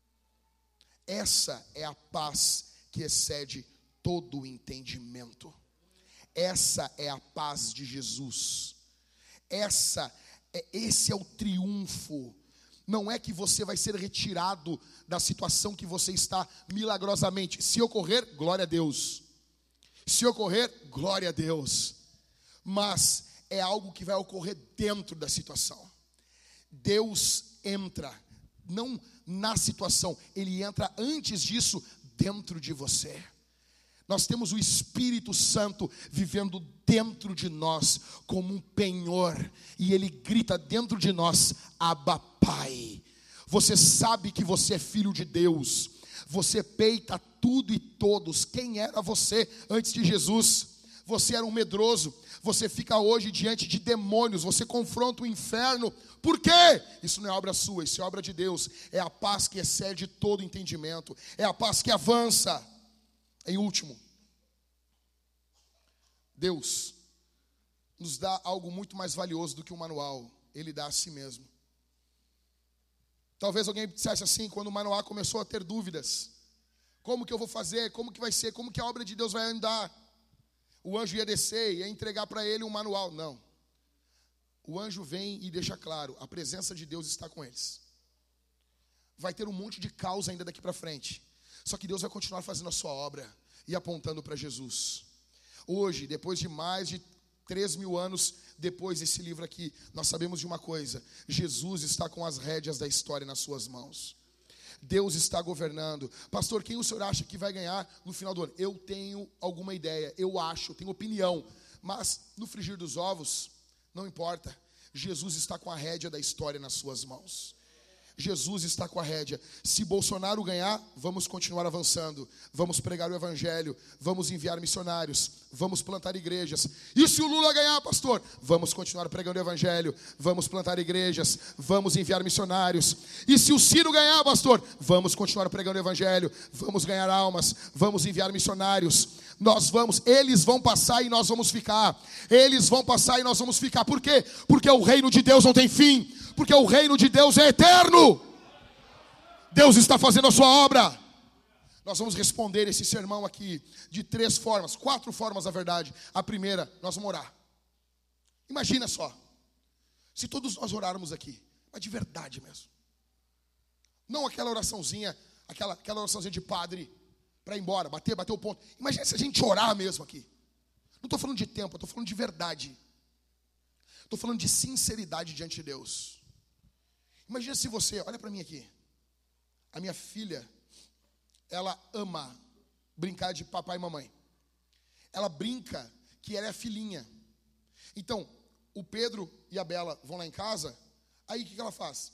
Speaker 1: Essa é a paz que excede todo o entendimento. Essa é a paz de Jesus. Esse é o triunfo. Não é que você vai ser retirado da situação que você está milagrosamente. Se ocorrer, glória a Deus. Se ocorrer, glória a Deus. Mas é algo que vai ocorrer dentro da situação. Deus entra, não na situação, Ele entra antes disso dentro de você. Nós temos o Espírito Santo vivendo dentro de nós como um penhor, e Ele grita dentro de nós: Abba, Pai. Você sabe que você é filho de Deus. Você peita tudo e todos. Quem era você antes de Jesus? você era um medroso, você fica hoje diante de demônios, você confronta o inferno. Por quê? Isso não é obra sua, isso é obra de Deus. É a paz que excede todo entendimento, é a paz que avança. Em último, Deus nos dá algo muito mais valioso do que um manual. Ele dá a si mesmo. Talvez alguém dissesse assim, quando o manual começou a ter dúvidas: como que eu vou fazer? Como que vai ser? Como que a obra de Deus vai andar? O anjo ia descer, ia entregar para ele um manual. Não. O anjo vem e deixa claro, a presença de Deus está com eles. Vai ter um monte de caos ainda daqui para frente. Só que Deus vai continuar fazendo a sua obra e apontando para Jesus. Hoje, depois de mais de 3.000 anos depois desse livro aqui, nós sabemos de uma coisa: Jesus está com as rédeas da história nas suas mãos. Deus está governando. Pastor, quem o senhor acha que vai ganhar no final do ano? Eu tenho alguma ideia, eu acho, tenho opinião. Mas no frigir dos ovos, não importa. Jesus está com a rédea da história nas suas mãos. Jesus está com a rédea. Se Bolsonaro ganhar, vamos continuar avançando. Vamos pregar o evangelho. Vamos enviar missionários. Vamos plantar igrejas. E se o Lula ganhar, pastor? Vamos continuar pregando o evangelho. Vamos plantar igrejas. Vamos enviar missionários. E se o Ciro ganhar, pastor? Vamos continuar pregando o evangelho. Vamos ganhar almas. Vamos enviar missionários. Eles vão passar e nós vamos ficar. Eles vão passar e nós vamos ficar. Por quê? Porque o reino de Deus não tem fim. Porque o reino de Deus é eterno. Deus está fazendo a sua obra. Nós vamos responder esse sermão aqui de 3 formas, 4 formas na verdade. A primeira, nós vamos orar. Imagina só, se todos nós orarmos aqui, mas de verdade mesmo. Não aquela oraçãozinha de padre para ir embora, bater o ponto. Imagina se a gente orar mesmo aqui. Não estou falando de tempo, estou falando de verdade. Estou falando de sinceridade diante de Deus. Imagina se você, olha para mim aqui. A minha filha, ela ama brincar de papai e mamãe. Ela brinca que ela é a filhinha. Então, o Pedro e a Bela vão lá em casa. Aí o que ela faz?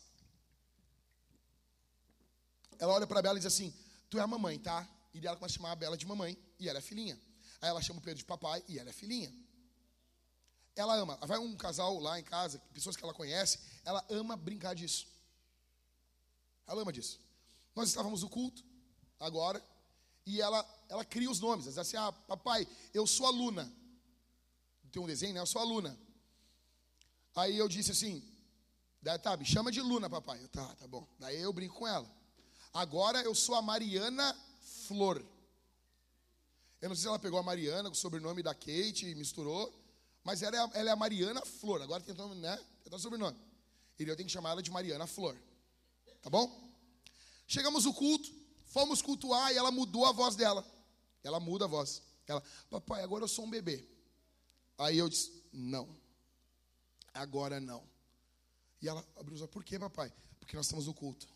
Speaker 1: Ela olha para a Bela e diz assim: tu é a mamãe, tá? E ela começa a chamar a Bela de mamãe e ela é a filhinha. Aí ela chama o Pedro de papai e ela é a filhinha. Ela ama. Vai um casal lá em casa, pessoas que ela conhece, ela ama brincar disso. Ela ama disso. Nós estávamos no culto, agora, e ela cria os nomes. Ela diz assim: ah, papai, eu sou a Luna. Tem um desenho, né? Eu sou a Luna. Aí eu disse assim: tá, me chama de Luna, papai. Tá bom. Daí eu brinco com ela. Agora eu sou a Mariana Flor. Eu não sei se ela pegou a Mariana, com o sobrenome da Kate, e misturou. Mas ela é a Mariana Flor. Agora tentando, né? Tentar o sobrenome. E eu tenho que chamar ela de Mariana Flor. Tá bom? Chegamos no culto, fomos cultuar e ela mudou a voz dela. Ela muda a voz. Ela: papai, agora eu sou um bebê. Aí eu disse: não. Agora não. E ela abriu os olhos: por quê, papai? Porque nós estamos no culto.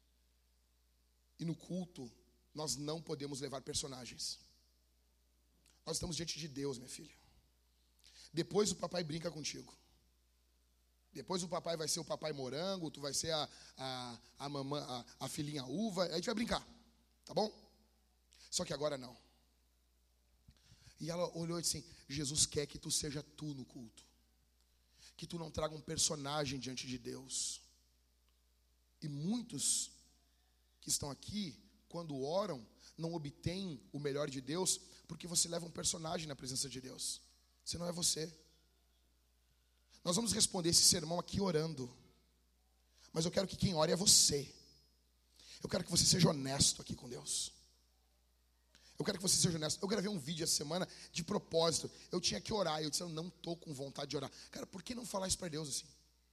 Speaker 1: E no culto, nós não podemos levar personagens. Nós estamos diante de Deus, minha filha. Depois o papai brinca contigo. Depois o papai vai ser o papai morango, tu vai ser a mamãe, a filhinha uva. A gente vai brincar, tá bom? Só que agora não. E ela olhou e disse assim: Jesus quer que tu seja tu no culto. Que tu não traga um personagem diante de Deus. E muitos que estão aqui, quando oram, não obtêm o melhor de Deus, porque você leva um personagem na presença de Deus. Você não é você. Nós vamos responder esse sermão aqui orando. Mas eu quero que quem ore é você. Eu quero que você seja honesto aqui com Deus. Eu quero que você seja honesto. Eu gravei um vídeo essa semana de propósito. Eu tinha que orar. Eu disse: eu não estou com vontade de orar. Cara, por que não falar isso para Deus assim?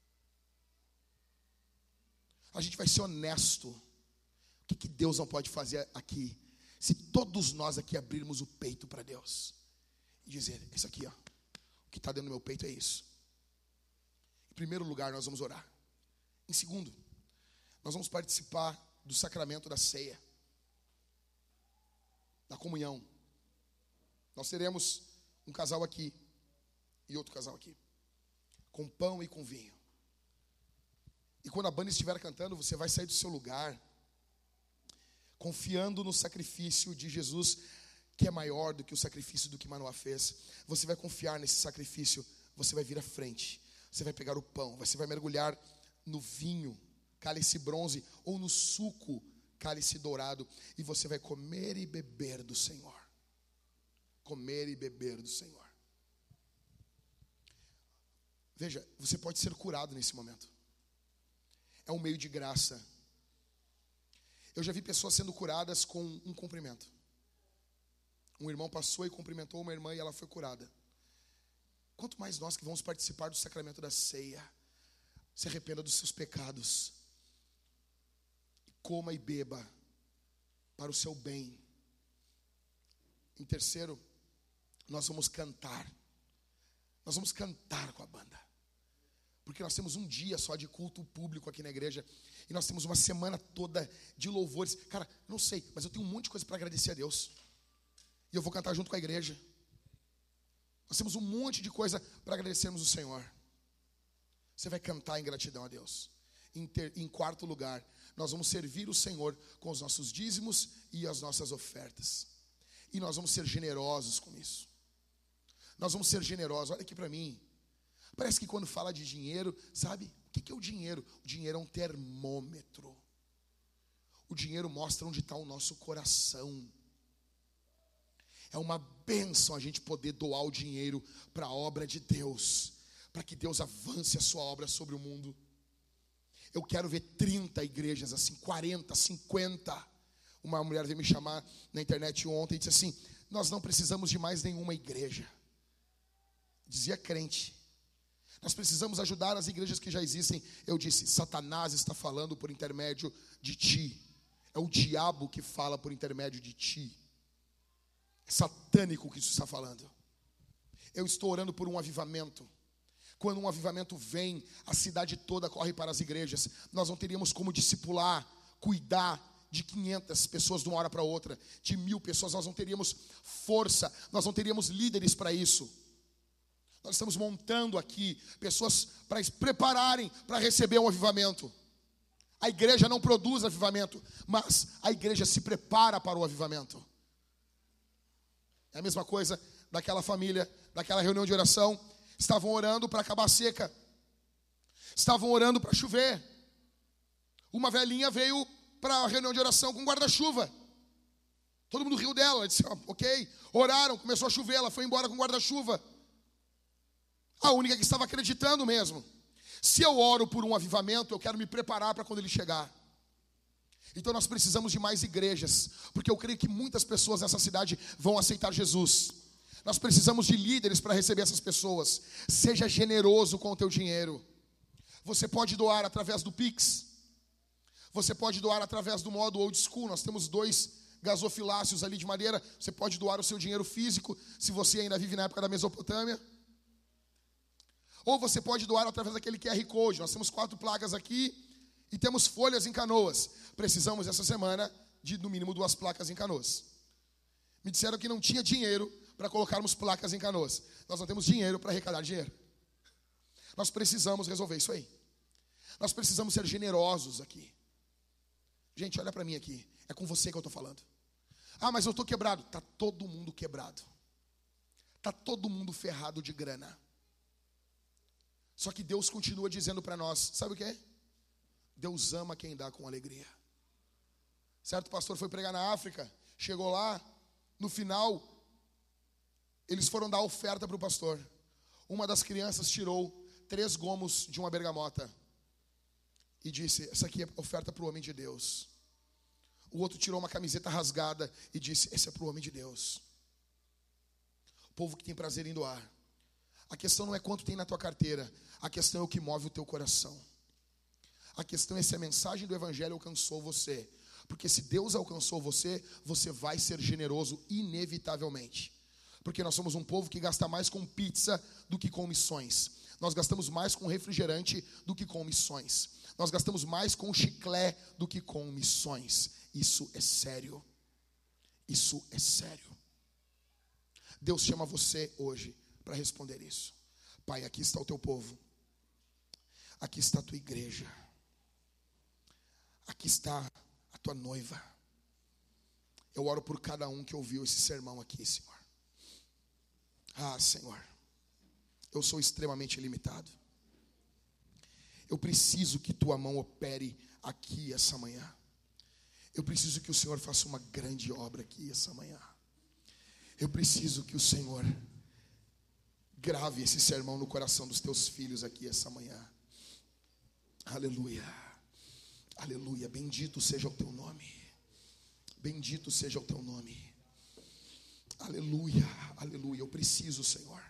Speaker 1: A gente vai ser honesto. O que Deus não pode fazer aqui? Se todos nós aqui abrirmos o peito para Deus e dizer: isso aqui, ó, o que está dentro do meu peito é isso. Em primeiro lugar, nós vamos orar. Em segundo, nós vamos participar do sacramento da ceia, da comunhão. Nós teremos um casal aqui e outro casal aqui, com pão e com vinho. E quando a banda estiver cantando, você vai sair do seu lugar confiando no sacrifício de Jesus, que é maior do que o sacrifício do que Manoá fez. Você vai confiar nesse sacrifício, você vai vir à frente, você vai pegar o pão, você vai mergulhar no vinho, cálice bronze, ou no suco, cálice dourado, e você vai comer e beber do Senhor. Comer e beber do Senhor. Veja, você pode ser curado nesse momento. É um meio de graça. Eu já vi pessoas sendo curadas com um cumprimento. Um irmão passou e cumprimentou uma irmã e ela foi curada. Quanto mais nós que vamos participar do sacramento da ceia, se arrependa dos seus pecados, coma e beba para o seu bem. Em terceiro, nós vamos cantar. Nós vamos cantar com a banda. Porque nós temos um dia só de culto público aqui na igreja. E nós temos uma semana toda de louvores. Cara, não sei, mas eu tenho um monte de coisa para agradecer a Deus. E eu vou cantar junto com a igreja. Nós temos um monte de coisa para agradecermos o Senhor. Você vai cantar em gratidão a Deus. Em quarto lugar, nós vamos servir o Senhor com os nossos dízimos e as nossas ofertas. E nós vamos ser generosos com isso. Nós vamos ser generosos. Olha aqui para mim. Parece que quando fala de dinheiro, sabe? O que é o dinheiro? O dinheiro é um termômetro. O dinheiro mostra onde está o nosso coração. É uma bênção a gente poder doar o dinheiro para a obra de Deus, para que Deus avance a sua obra sobre o mundo. Eu quero ver 30 igrejas assim, 40, 50. Uma mulher veio me chamar na internet ontem e disse assim: nós não precisamos de mais nenhuma igreja. Dizia crente. Nós precisamos ajudar as igrejas que já existem. Eu disse: Satanás está falando por intermédio de ti. É o diabo que fala por intermédio de ti. É satânico que isso está falando. Eu estou orando por um avivamento. Quando um avivamento vem, a cidade toda corre para as igrejas. Nós não teríamos como discipular, cuidar de 500 pessoas de uma hora para outra, de 1000 pessoas. Nós não teríamos força, nós não teríamos líderes para isso. Nós estamos montando aqui pessoas para se prepararem para receber um avivamento. A igreja não produz avivamento, mas a igreja se prepara para o avivamento. É a mesma coisa daquela família, daquela reunião de oração. Estavam orando para acabar a seca. Estavam orando para chover. Uma velhinha veio para a reunião de oração com guarda-chuva. Todo mundo riu dela. Ela disse: ok. Oraram, começou a chover. Ela foi embora com guarda-chuva. A única que estava acreditando mesmo. Se eu oro por um avivamento, eu quero me preparar para quando ele chegar. Então nós precisamos de mais igrejas, porque eu creio que muitas pessoas nessa cidade vão aceitar Jesus. Nós precisamos de líderes para receber essas pessoas. Seja generoso com o teu dinheiro. Você pode doar através do Pix. Você pode doar através do modo old school. Nós temos 2 gasofiláceos ali de madeira. Você pode doar o seu dinheiro físico, se você ainda vive na época da Mesopotâmia. Ou você pode doar através daquele QR Code. Nós temos 4 placas aqui e temos folhas em Canoas. Precisamos essa semana de no mínimo 2 placas em Canoas. Me disseram que não tinha dinheiro para colocarmos placas em Canoas. Nós não temos dinheiro para arrecadar dinheiro. Nós precisamos resolver isso aí. Nós precisamos ser generosos aqui. Gente, olha para mim aqui. É com você que eu estou falando. Ah, mas eu estou quebrado. Está todo mundo quebrado. Está todo mundo ferrado de grana. Só que Deus continua dizendo para nós, sabe o que é? Deus ama quem dá com alegria. Certo pastor foi pregar na África, chegou lá, no final, eles foram dar oferta para o pastor. Uma das crianças tirou 3 gomos de uma bergamota e disse: essa aqui é oferta para o homem de Deus. O outro tirou uma camiseta rasgada e disse: esse é para o homem de Deus. O povo que tem prazer em doar. A questão não é quanto tem na tua carteira, a questão é o que move o teu coração. A questão é se a mensagem do evangelho alcançou você. Porque se Deus alcançou você, você vai ser generoso inevitavelmente. Porque nós somos um povo que gasta mais com pizza do que com missões. Nós gastamos mais com refrigerante do que com missões. Nós gastamos mais com chiclé do que com missões. Isso é sério. Isso é sério. Deus chama você hoje para responder isso. Pai, aqui está o teu povo. Aqui está a tua igreja. Aqui está a tua noiva. Eu oro por cada um que ouviu esse sermão aqui, Senhor. Senhor, eu sou extremamente limitado. Eu preciso que tua mão opere aqui essa manhã. Eu preciso que o Senhor faça uma grande obra aqui essa manhã. Eu preciso que o Senhor grave esse sermão no coração dos teus filhos aqui essa manhã. Aleluia. Aleluia. Bendito seja o teu nome. Bendito seja o teu nome. Aleluia. Aleluia. Eu preciso, Senhor.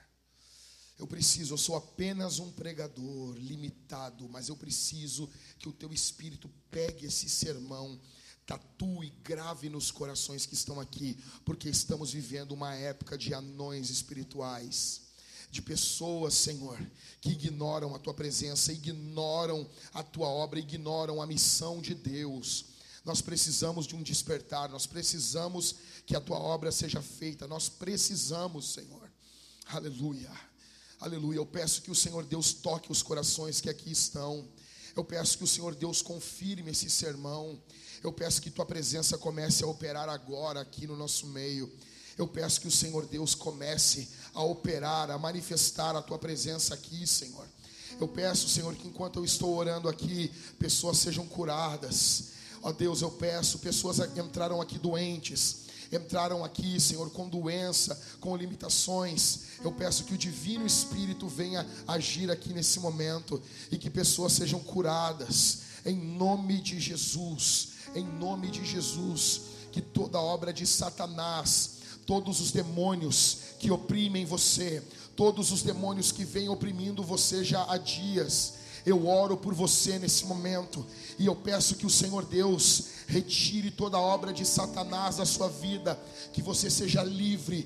Speaker 1: Eu sou apenas um pregador limitado, mas eu preciso que o teu Espírito pegue esse sermão, tatue, grave nos corações que estão aqui, porque estamos vivendo uma época de anões espirituais, de pessoas, Senhor, que ignoram a tua presença, ignoram a tua obra, ignoram a missão de Deus. Nós precisamos de um despertar, nós precisamos que a tua obra seja feita, nós precisamos, Senhor. Aleluia, aleluia. Eu peço que o Senhor Deus toque os corações que aqui estão. Eu peço que o Senhor Deus confirme esse sermão. Eu peço que tua presença comece a operar agora aqui no nosso meio. Eu peço que o Senhor Deus comece a operar, a manifestar a tua presença aqui, Senhor. Eu peço, Senhor, que enquanto eu estou orando aqui, pessoas sejam curadas. Ó Deus, eu peço, pessoas entraram aqui doentes, entraram aqui, Senhor, com doença, com limitações. Eu peço que o Divino Espírito venha agir aqui nesse momento e que pessoas sejam curadas, em nome de Jesus, em nome de Jesus. Que toda obra de Satanás, todos os demônios que oprimem você, todos os demônios que vêm oprimindo você já há dias, eu oro por você nesse momento, e eu peço que o Senhor Deus retire toda a obra de Satanás da sua vida, que você seja livre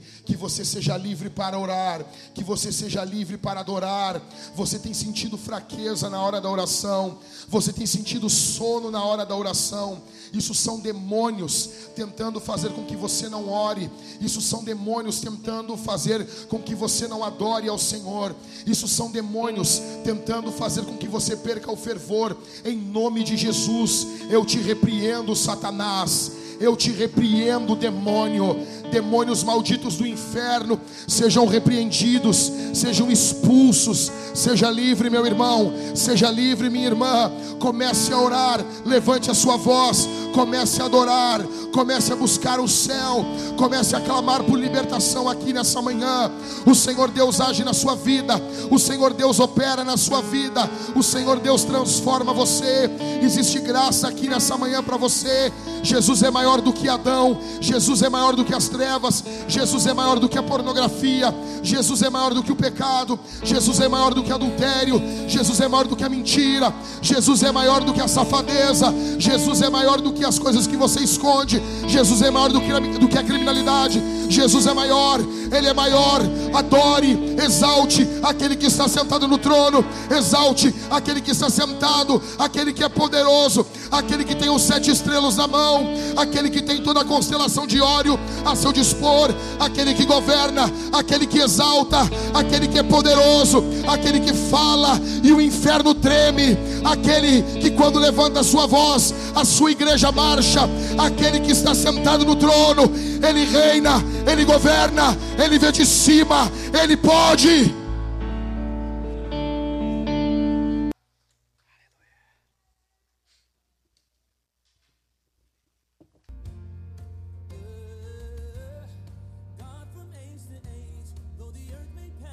Speaker 1: para orar, que você seja livre para adorar. Você tem sentido fraqueza na hora da oração, você tem sentido sono na hora da oração. Isso são demônios tentando fazer com que você não ore. Isso são demônios tentando fazer com que você não adore ao Senhor. Isso são demônios tentando fazer com que você perca o fervor. Em nome de Jesus, eu te repreendo, Satanás. Eu te repreendo, demônio. Demônios malditos do inferno, sejam repreendidos, sejam expulsos. Seja livre, meu irmão, seja livre, minha irmã. Comece a orar, levante a sua voz, comece a adorar, comece a buscar o céu, comece a clamar por libertação aqui nessa manhã. O Senhor Deus age na sua vida, o Senhor Deus opera na sua vida, o Senhor Deus transforma você. Existe graça aqui nessa manhã para você. Jesus é maior do que Adão, Jesus é maior do que as trevas, Jesus é maior do que a pornografia, Jesus é maior do que o pecado, Jesus é maior do que adultério, Jesus é maior do que a mentira, Jesus é maior do que a safadeza, Jesus é maior do que as coisas que você esconde, Jesus é maior do que a criminalidade, Jesus é maior, Ele é maior. Adore, exalte aquele que está sentado no trono, exalte aquele que está sentado, aquele que é poderoso, aquele que tem os 7 estrelas na mão, aquele que tem toda a constelação de Órion a seu dispor, aquele que governa, aquele que exalta, aquele que é poderoso, aquele que fala e o inferno treme, aquele que quando levanta a sua voz, a sua igreja marcha, aquele que está sentado no trono, Ele reina, Ele governa, Ele vê de cima, Ele pode.